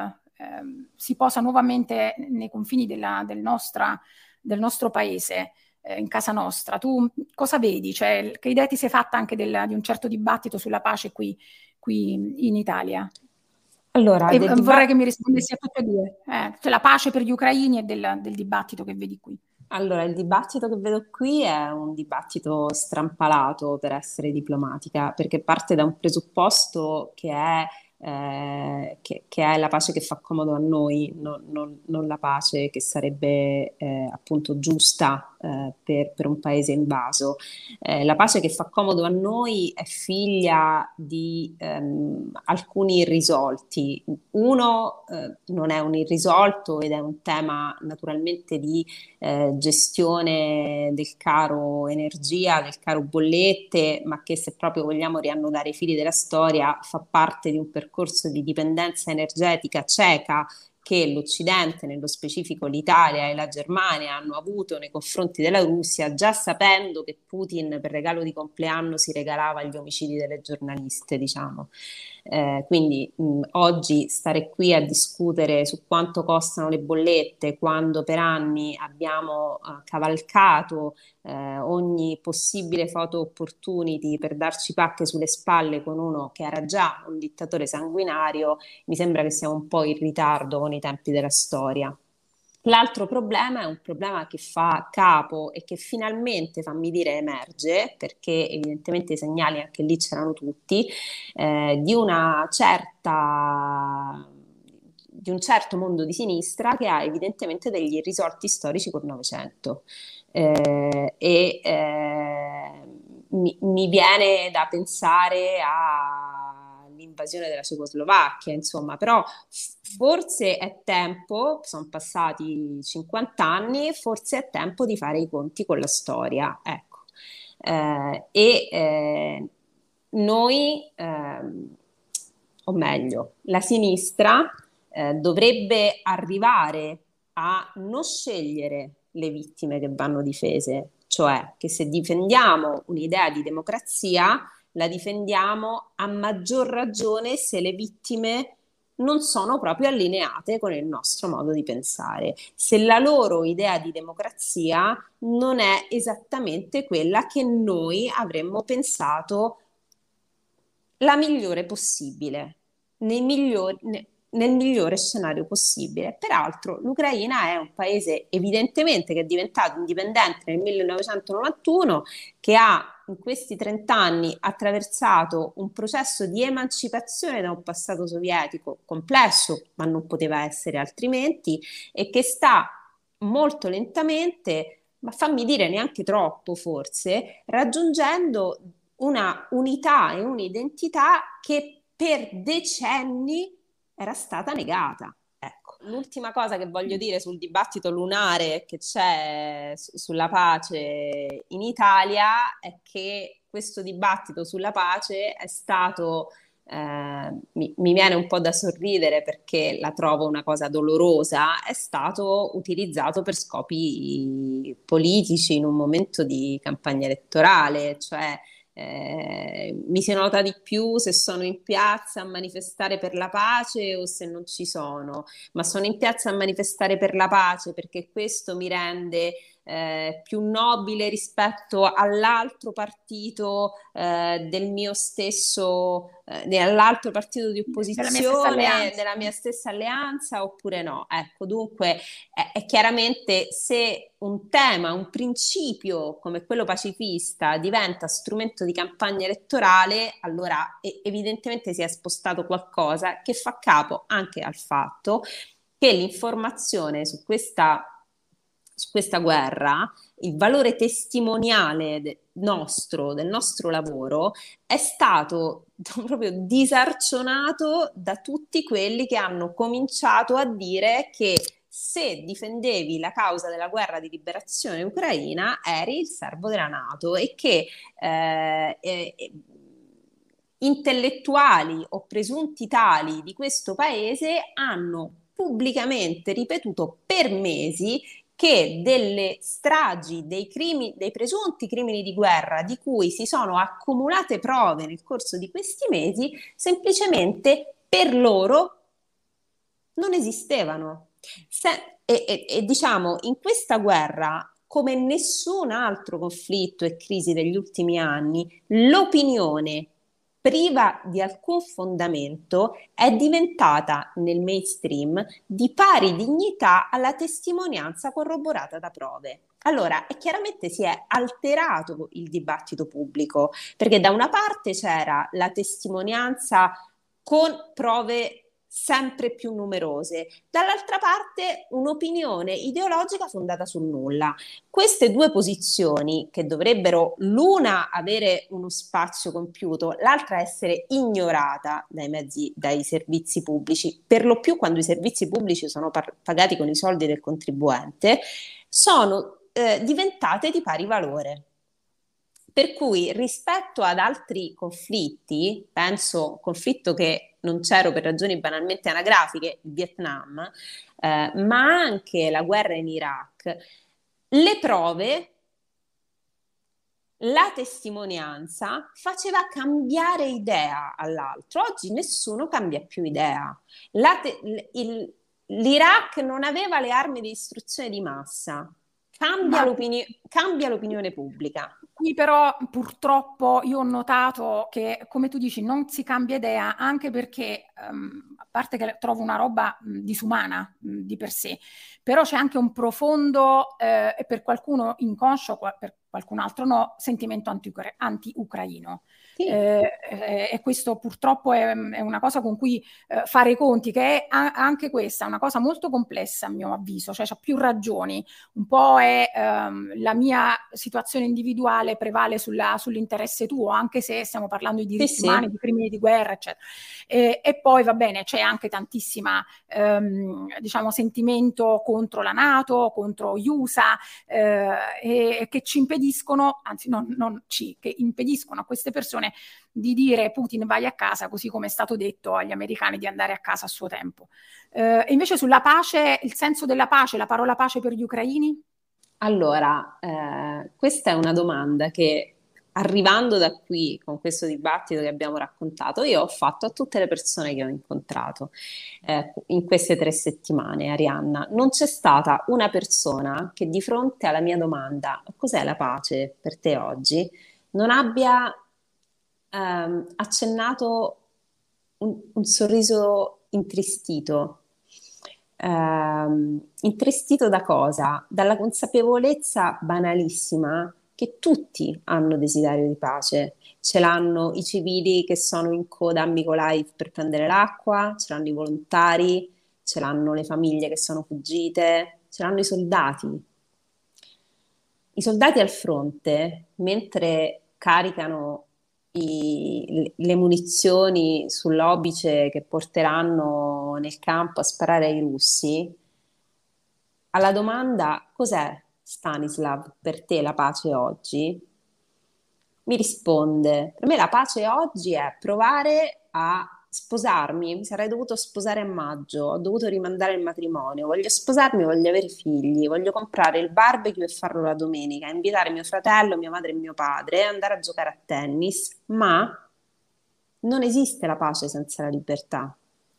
eh, si posa nuovamente nei confini della, del, nostra, del nostro paese, eh, in casa nostra. Tu cosa vedi? Cioè, che idea ti sei fatta anche del, di un certo dibattito sulla pace qui, qui in Italia? Allora, E del vorrei dibattito... che mi rispondessi a tutte e due, eh, cioè la pace per gli ucraini e del, del dibattito che vedi qui. Allora, il dibattito che vedo qui è un dibattito strampalato, per essere diplomatica, perché parte da un presupposto che è, eh, che, che è la pace che fa comodo a noi, non, non- non la pace che sarebbe eh, appunto giusta eh, per, per un paese invaso. Eh, la pace che fa comodo a noi è figlia di ehm, alcuni irrisolti. Uno eh, non è un irrisolto ed è un tema naturalmente di eh, gestione del caro energia, del caro bollette, ma che, se proprio vogliamo riannodare i fili della storia, fa parte di un percorso di dipendenza energetica cieca che l'Occidente, nello specifico l'Italia e la Germania, hanno avuto nei confronti della Russia, già sapendo che Putin per regalo di compleanno si regalava gli omicidi delle giornaliste, diciamo. Eh, quindi mh, oggi stare qui a discutere su quanto costano le bollette, quando per anni abbiamo eh, cavalcato eh, ogni possibile photo opportunity per darci pacche sulle spalle con uno che era già un dittatore sanguinario, mi sembra che siamo un po' in ritardo con i tempi della storia. L'altro problema è un problema che fa capo e che finalmente, fammi dire, emerge, perché evidentemente i segnali anche lì c'erano tutti, eh, di una certa, di un certo mondo di sinistra che ha evidentemente degli irrisolti storici col Novecento. Eh, e eh, mi, mi viene da pensare all'invasione della Cecoslovacchia, insomma, però forse è tempo, sono passati cinquanta anni, forse è tempo di fare i conti con la storia, ecco. Eh, e eh, noi, ehm, o meglio, la sinistra eh, dovrebbe arrivare a non scegliere le vittime che vanno difese, cioè che se difendiamo un'idea di democrazia, la difendiamo a maggior ragione se le vittime non sono proprio allineate con il nostro modo di pensare, se la loro idea di democrazia non è esattamente quella che noi avremmo pensato la migliore possibile, nei migliori, ne- nel migliore scenario possibile. Peraltro, l'Ucraina è un paese evidentemente che è diventato indipendente nel millenovecentonovantuno, che ha in questi trenta anni attraversato un processo di emancipazione da un passato sovietico complesso, ma non poteva essere altrimenti, e che sta molto lentamente, ma fammi dire neanche troppo forse, raggiungendo una unità e un'identità che per decenni era stata negata. Ecco. L'ultima cosa che voglio dire sul dibattito lunare che c'è su- sulla pace in Italia è che questo dibattito sulla pace è stato, eh, mi, mi viene un po' da sorridere perché la trovo una cosa dolorosa, è stato utilizzato per scopi politici in un momento di campagna elettorale, cioè eh, mi si nota di più se sono in piazza a manifestare per la pace o se non ci sono, ma sono in piazza a manifestare per la pace perché questo mi rende eh, più nobile rispetto all'altro partito eh, del mio stesso, eh, all'altro partito di Della mia stessa opposizione, alleanza. della mia stessa alleanza oppure no. Ecco, dunque è, è chiaramente se un tema, un principio come quello pacifista diventa strumento di campagna elettorale, allora e- evidentemente si è spostato qualcosa che fa capo anche al fatto che l'informazione su questa, su questa guerra, il valore testimoniale de- nostro, del nostro lavoro, è stato proprio disarcionato da tutti quelli che hanno cominciato a dire che se difendevi la causa della guerra di liberazione ucraina eri il servo della NATO e che eh, eh, intellettuali o presunti tali di questo paese hanno pubblicamente ripetuto per mesi che delle stragi, dei crimi, dei presunti crimini di guerra di cui si sono accumulate prove nel corso di questi mesi, semplicemente per loro non esistevano. Se- e, e- e diciamo, in questa guerra, come in nessun altro conflitto e crisi degli ultimi anni, l'opinione priva di alcun fondamento è diventata nel mainstream di pari dignità alla testimonianza corroborata da prove. Allora, e chiaramente si è alterato il dibattito pubblico, perché da una parte c'era la testimonianza con prove sempre più numerose, dall'altra parte un'opinione ideologica fondata sul nulla. Queste due posizioni, che dovrebbero l'una avere uno spazio compiuto, l'altra essere ignorata dai mezzi, dai servizi pubblici, per lo più quando i servizi pubblici sono par- pagati con i soldi del contribuente, sono eh, diventate di pari valore. Per cui rispetto ad altri conflitti, penso conflitto che non c'ero per ragioni banalmente anagrafiche, il Vietnam, eh, ma anche la guerra in Iraq, le prove, la testimonianza faceva cambiare idea all'altro. Oggi nessuno cambia più idea. La te- il- L'Iraq non aveva le armi di distruzione di massa. Cambia, Ma l'opini- cambia l'opinione pubblica. qui però purtroppo io ho notato che, come tu dici, non si cambia idea, anche perché, ehm, a parte che trovo una roba mh, disumana mh, di per sé, però c'è anche un profondo, eh, e per qualcuno inconscio, qua- per qualcun altro no, sentimento anti-ucra- anti-ucraino. Sì. Eh, eh, e questo purtroppo è, è una cosa con cui eh, fare i conti, che è a- anche questa una cosa molto complessa a mio avviso, cioè c'ha più ragioni. Un po' è ehm, la mia situazione individuale prevale sulla- sull'interesse tuo, anche se stiamo parlando di Sì, diritti umani, sì. di crimini di guerra, eccetera. E, e poi va bene, c'è anche tantissima ehm, diciamo sentimento contro la NATO, contro gli U S A, eh, e, e che ci impediscono, anzi non, non ci, che impediscono a queste persone di dire Putin vai a casa, così come è stato detto agli americani di andare a casa a suo tempo. Eh, e invece sulla pace, il senso della pace, la parola pace per gli ucraini? Allora, eh, questa è una domanda che arrivando da qui con questo dibattito che abbiamo raccontato, io ho fatto a tutte le persone che ho incontrato eh, in queste tre settimane, Arianna. Non c'è stata una persona che di fronte alla mia domanda, cos'è la pace per te oggi, non abbia ehm, accennato un, un sorriso intristito. Ehm, intristito da cosa? Dalla consapevolezza banalissima che tutti hanno desiderio di pace. Ce l'hanno i civili che sono in coda a Mykolaiv per prendere l'acqua, ce l'hanno i volontari, ce l'hanno le famiglie che sono fuggite, ce l'hanno i soldati. I soldati al fronte, mentre caricano i- le munizioni sull'obice che porteranno nel campo a sparare ai russi, alla domanda cos'è, Stanislav, per te la pace oggi? Mi risponde, per me la pace oggi è provare a sposarmi, mi sarei dovuto sposare a maggio, ho dovuto rimandare il matrimonio, voglio sposarmi, voglio avere figli, voglio comprare il barbecue e farlo la domenica, invitare mio fratello, mia madre e mio padre, andare a giocare a tennis, ma non esiste la pace senza la libertà.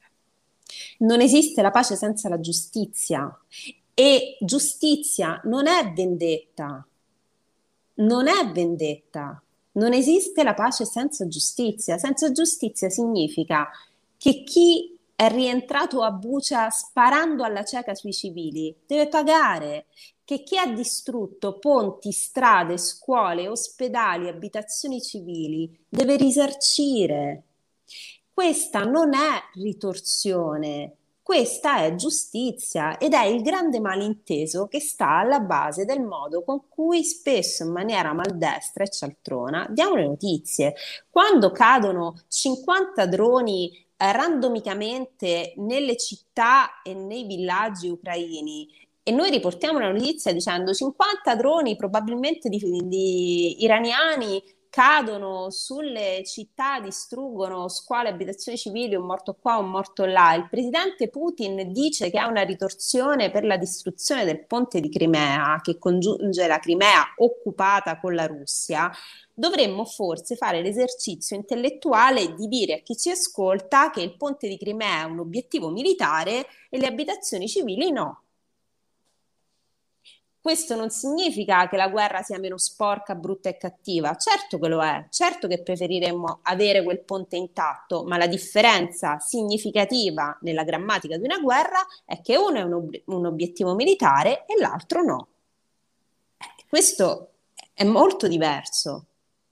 Non esiste la pace senza la giustizia e giustizia non è vendetta, non è vendetta. Non esiste la pace senza giustizia. Senza giustizia significa che chi è rientrato a Bucha sparando alla cieca sui civili deve pagare, che chi ha distrutto ponti, strade, scuole, ospedali, abitazioni civili deve risarcire. Questa non è ritorsione, questa è giustizia ed è il grande malinteso che sta alla base del modo con cui spesso in maniera maldestra e cialtrona diamo le notizie. Quando cadono cinquanta droni eh, randomicamente nelle città e nei villaggi ucraini e noi riportiamo la notizia dicendo cinquanta droni probabilmente di, di iraniani cadono sulle città, distruggono scuole, abitazioni civili, un morto qua, un morto là. Il presidente Putin dice che è una ritorsione per la distruzione del ponte di Crimea, che congiunge la Crimea occupata con la Russia. Dovremmo forse fare l'esercizio intellettuale di dire a chi ci ascolta che il ponte di Crimea è un obiettivo militare e le abitazioni civili no. Questo non significa che la guerra sia meno sporca, brutta e cattiva. Certo che lo è, certo che preferiremmo avere quel ponte intatto, ma la differenza significativa nella grammatica di una guerra è che uno è un, ob- un obiettivo militare e l'altro no. Eh, questo è molto diverso.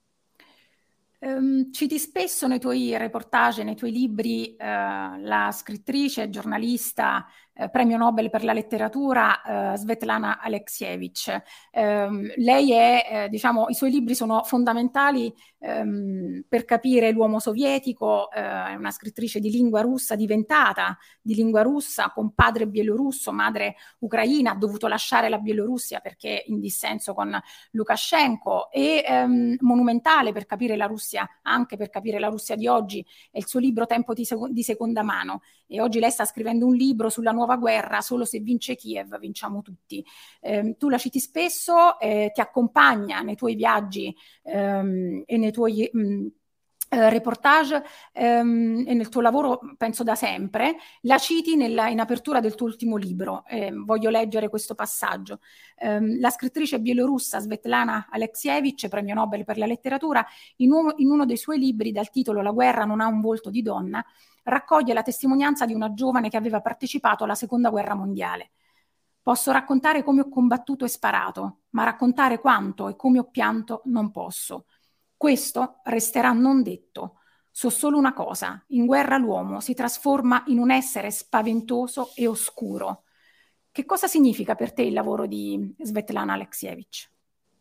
Um, citi spesso nei tuoi reportage, nei tuoi libri, uh, la scrittrice, giornalista, uh, premio Nobel per la letteratura, uh, Svetlana Alexievich. Um, lei è, uh, diciamo, i suoi libri sono fondamentali um, per capire l'uomo sovietico, uh, è una scrittrice di lingua russa diventata di lingua russa, con padre bielorusso, madre ucraina, ha dovuto lasciare la Bielorussia perché in dissenso con Lukashenko, e um, monumentale per capire la Russia, anche per capire la Russia di oggi, è il suo libro Tempo di, sec- di seconda mano, e oggi lei sta scrivendo un libro sulla nuova guerra, solo se vince Kiev vinciamo tutti. Eh, tu la citi spesso, eh, ti accompagna nei tuoi viaggi ehm, e nei tuoi mh, eh, reportage ehm, e nel tuo lavoro, penso da sempre. La citi nella, in apertura del tuo ultimo libro. Eh, voglio leggere questo passaggio. Eh, la scrittrice bielorussa Svetlana Alexievich, premio Nobel per la letteratura, in uno, in uno dei suoi libri dal titolo La guerra non ha un volto di donna, raccoglie la testimonianza di una giovane che aveva partecipato alla seconda guerra mondiale. Posso raccontare come ho combattuto e sparato, ma raccontare quanto e come ho pianto non posso. Questo resterà non detto. So solo una cosa: in guerra l'uomo si trasforma in un essere spaventoso e oscuro. Che cosa significa per te il lavoro di Svetlana Alexievich?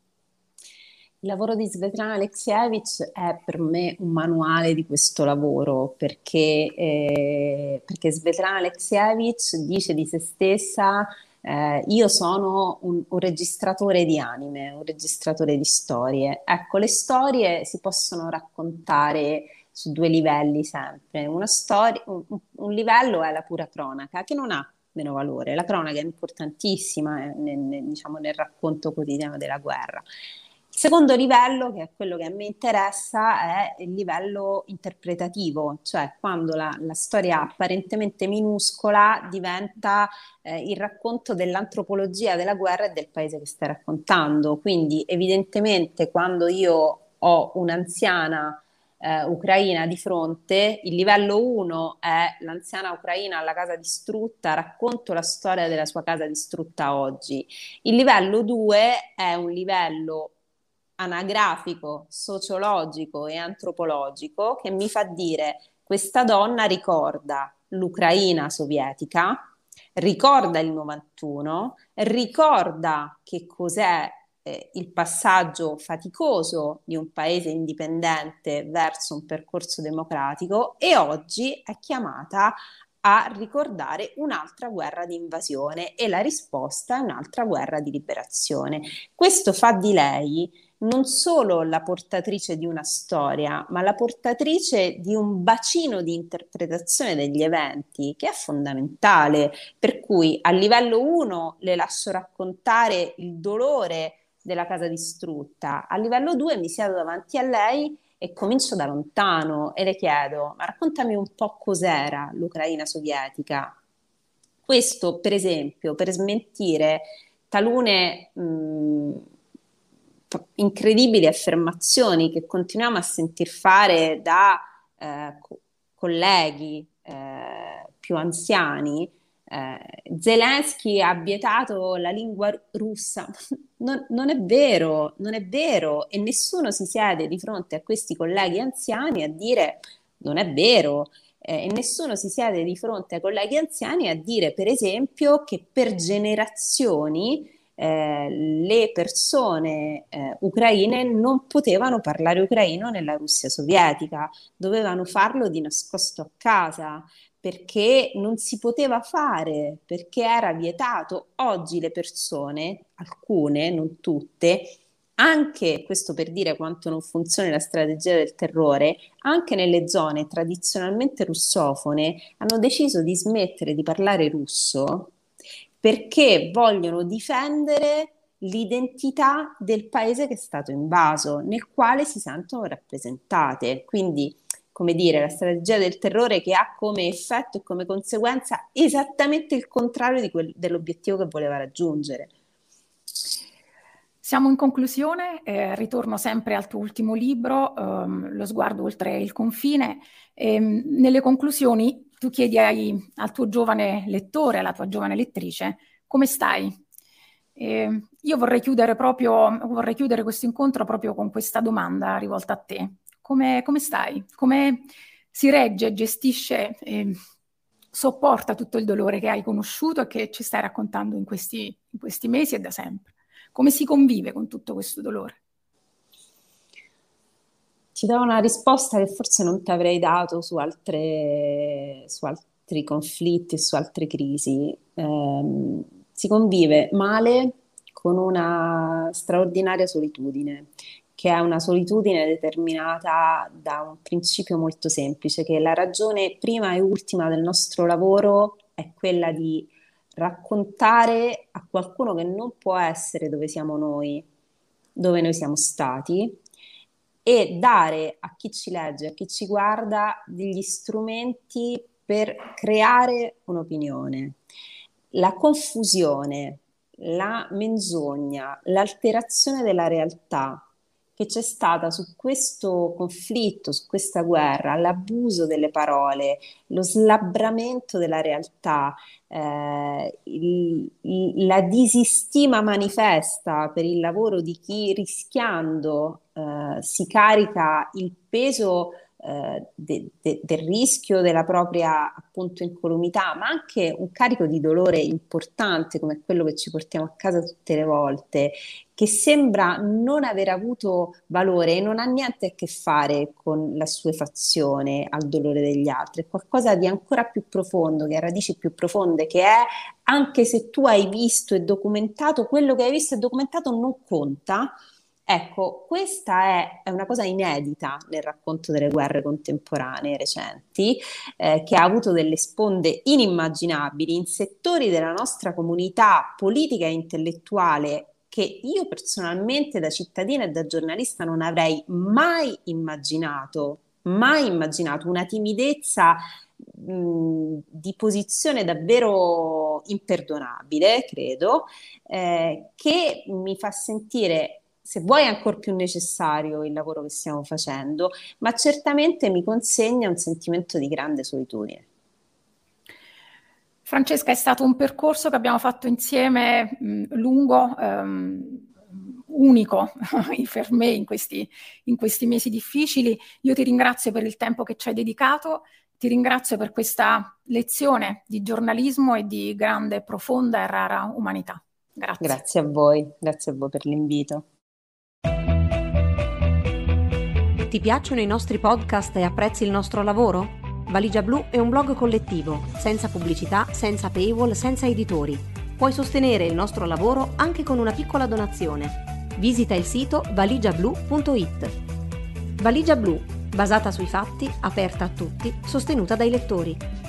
Il lavoro di Svetlana Alexievich è per me un manuale di questo lavoro, perché, eh, perché Svetlana Alexievich dice di se stessa: eh, io sono un, un registratore di anime, un registratore di storie. Ecco, le storie si possono raccontare su due livelli sempre. Una storia, un, un livello è la pura cronaca, che non ha meno valore. La cronaca è importantissima eh, nel, nel, diciamo, nel racconto quotidiano della guerra. Il secondo livello, che è quello che a me interessa, è il livello interpretativo, cioè quando la, la storia apparentemente minuscola diventa eh, il racconto dell'antropologia della guerra e del paese che stai raccontando. Quindi evidentemente quando io ho un'anziana eh, ucraina di fronte, il livello uno è l'anziana ucraina alla casa distrutta, racconto la storia della sua casa distrutta oggi. Il livello due è un livello anagrafico, sociologico e antropologico che mi fa dire: questa donna ricorda l'Ucraina sovietica, ricorda il novantuno, ricorda che cos'è eh, il passaggio faticoso di un paese indipendente verso un percorso democratico, e oggi è chiamata a ricordare un'altra guerra di invasione, e la risposta è un'altra guerra di liberazione. Questo fa di lei non solo la portatrice di una storia, ma la portatrice di un bacino di interpretazione degli eventi che è fondamentale, per cui a livello uno le lascio raccontare il dolore della casa distrutta, a livello due mi siedo davanti a lei e comincio da lontano e le chiedo: ma raccontami un po' cos'era l'Ucraina sovietica. Questo, per esempio, per smentire talune mh, incredibili affermazioni che continuiamo a sentir fare da eh, co- colleghi eh, più anziani. eh, Zelensky ha vietato la lingua russa. Non, non è vero, non è vero, e nessuno si siede di fronte a questi colleghi anziani a dire non è vero. Eh, e nessuno si siede di fronte ai colleghi anziani a dire, per esempio, che per generazioni eh, le persone eh, ucraine non potevano parlare ucraino nella Russia sovietica, dovevano farlo di nascosto a casa, perché non si poteva fare, perché era vietato. Oggi le persone, alcune, non tutte, anche, questo per dire quanto non funzioni la strategia del terrore, anche nelle zone tradizionalmente russofone hanno deciso di smettere di parlare russo perché vogliono difendere l'identità del paese che è stato invaso, nel quale si sentono rappresentate. Quindi, come dire, la strategia del terrore che ha come effetto e come conseguenza esattamente il contrario di quel, dell'obiettivo che voleva raggiungere. Siamo in conclusione, eh, ritorno sempre al tuo ultimo libro, ehm, Lo sguardo oltre il confine. Ehm, nelle conclusioni tu chiedi ai, al tuo giovane lettore, alla tua giovane lettrice, come stai? Eh, io vorrei chiudere proprio, vorrei chiudere questo incontro proprio con questa domanda rivolta a te. Come, come stai? Come si regge, gestisce, eh, sopporta tutto il dolore che hai conosciuto e che ci stai raccontando in questi, in questi mesi e da sempre? Come si convive con tutto questo dolore? Ti do una risposta che forse non ti avrei dato su altre, su altri conflitti, su altre crisi. Eh, si convive male con una straordinaria solitudine, che è una solitudine determinata da un principio molto semplice, che la ragione prima e ultima del nostro lavoro è quella di raccontare a qualcuno che non può essere dove siamo noi, dove noi siamo stati, e dare a chi ci legge, a chi ci guarda, degli strumenti per creare un'opinione. La confusione, la menzogna, l'alterazione della realtà che c'è stata su questo conflitto, su questa guerra, l'abuso delle parole, lo slabbramento della realtà, eh, il, il, la disistima manifesta per il lavoro di chi rischiando eh, si carica il peso eh, de, de, del rischio della propria appunto incolumità, ma anche un carico di dolore importante come quello che ci portiamo a casa tutte le volte, che sembra non aver avuto valore e non ha niente a che fare con la assuefazione al dolore degli altri, è qualcosa di ancora più profondo, che ha radici più profonde, che è anche se tu hai visto e documentato, quello che hai visto e documentato non conta. Ecco, questa è, è una cosa inedita nel racconto delle guerre contemporanee recenti, eh, che ha avuto delle sponde inimmaginabili in settori della nostra comunità politica e intellettuale che io personalmente da cittadina e da giornalista non avrei mai immaginato, mai immaginato, una timidezza mh, di posizione davvero imperdonabile, credo, eh, che mi fa sentire, se vuoi, ancor più necessario il lavoro che stiamo facendo, ma certamente mi consegna un sentimento di grande solitudine. Francesca, è stato un percorso che abbiamo fatto insieme mh, lungo, ehm, unico per me in questi, in questi mesi difficili. Io ti ringrazio per il tempo che ci hai dedicato, ti ringrazio per questa lezione di giornalismo e di grande, profonda e rara umanità. Grazie. Grazie a voi, grazie a voi per l'invito. Ti piacciono i nostri podcast e apprezzi il nostro lavoro? Valigia Blu è un blog collettivo, senza pubblicità, senza paywall, senza editori. Puoi sostenere il nostro lavoro anche con una piccola donazione. Visita il sito valigia blu punto it. Valigia Blu, basata sui fatti, aperta a tutti, sostenuta dai lettori.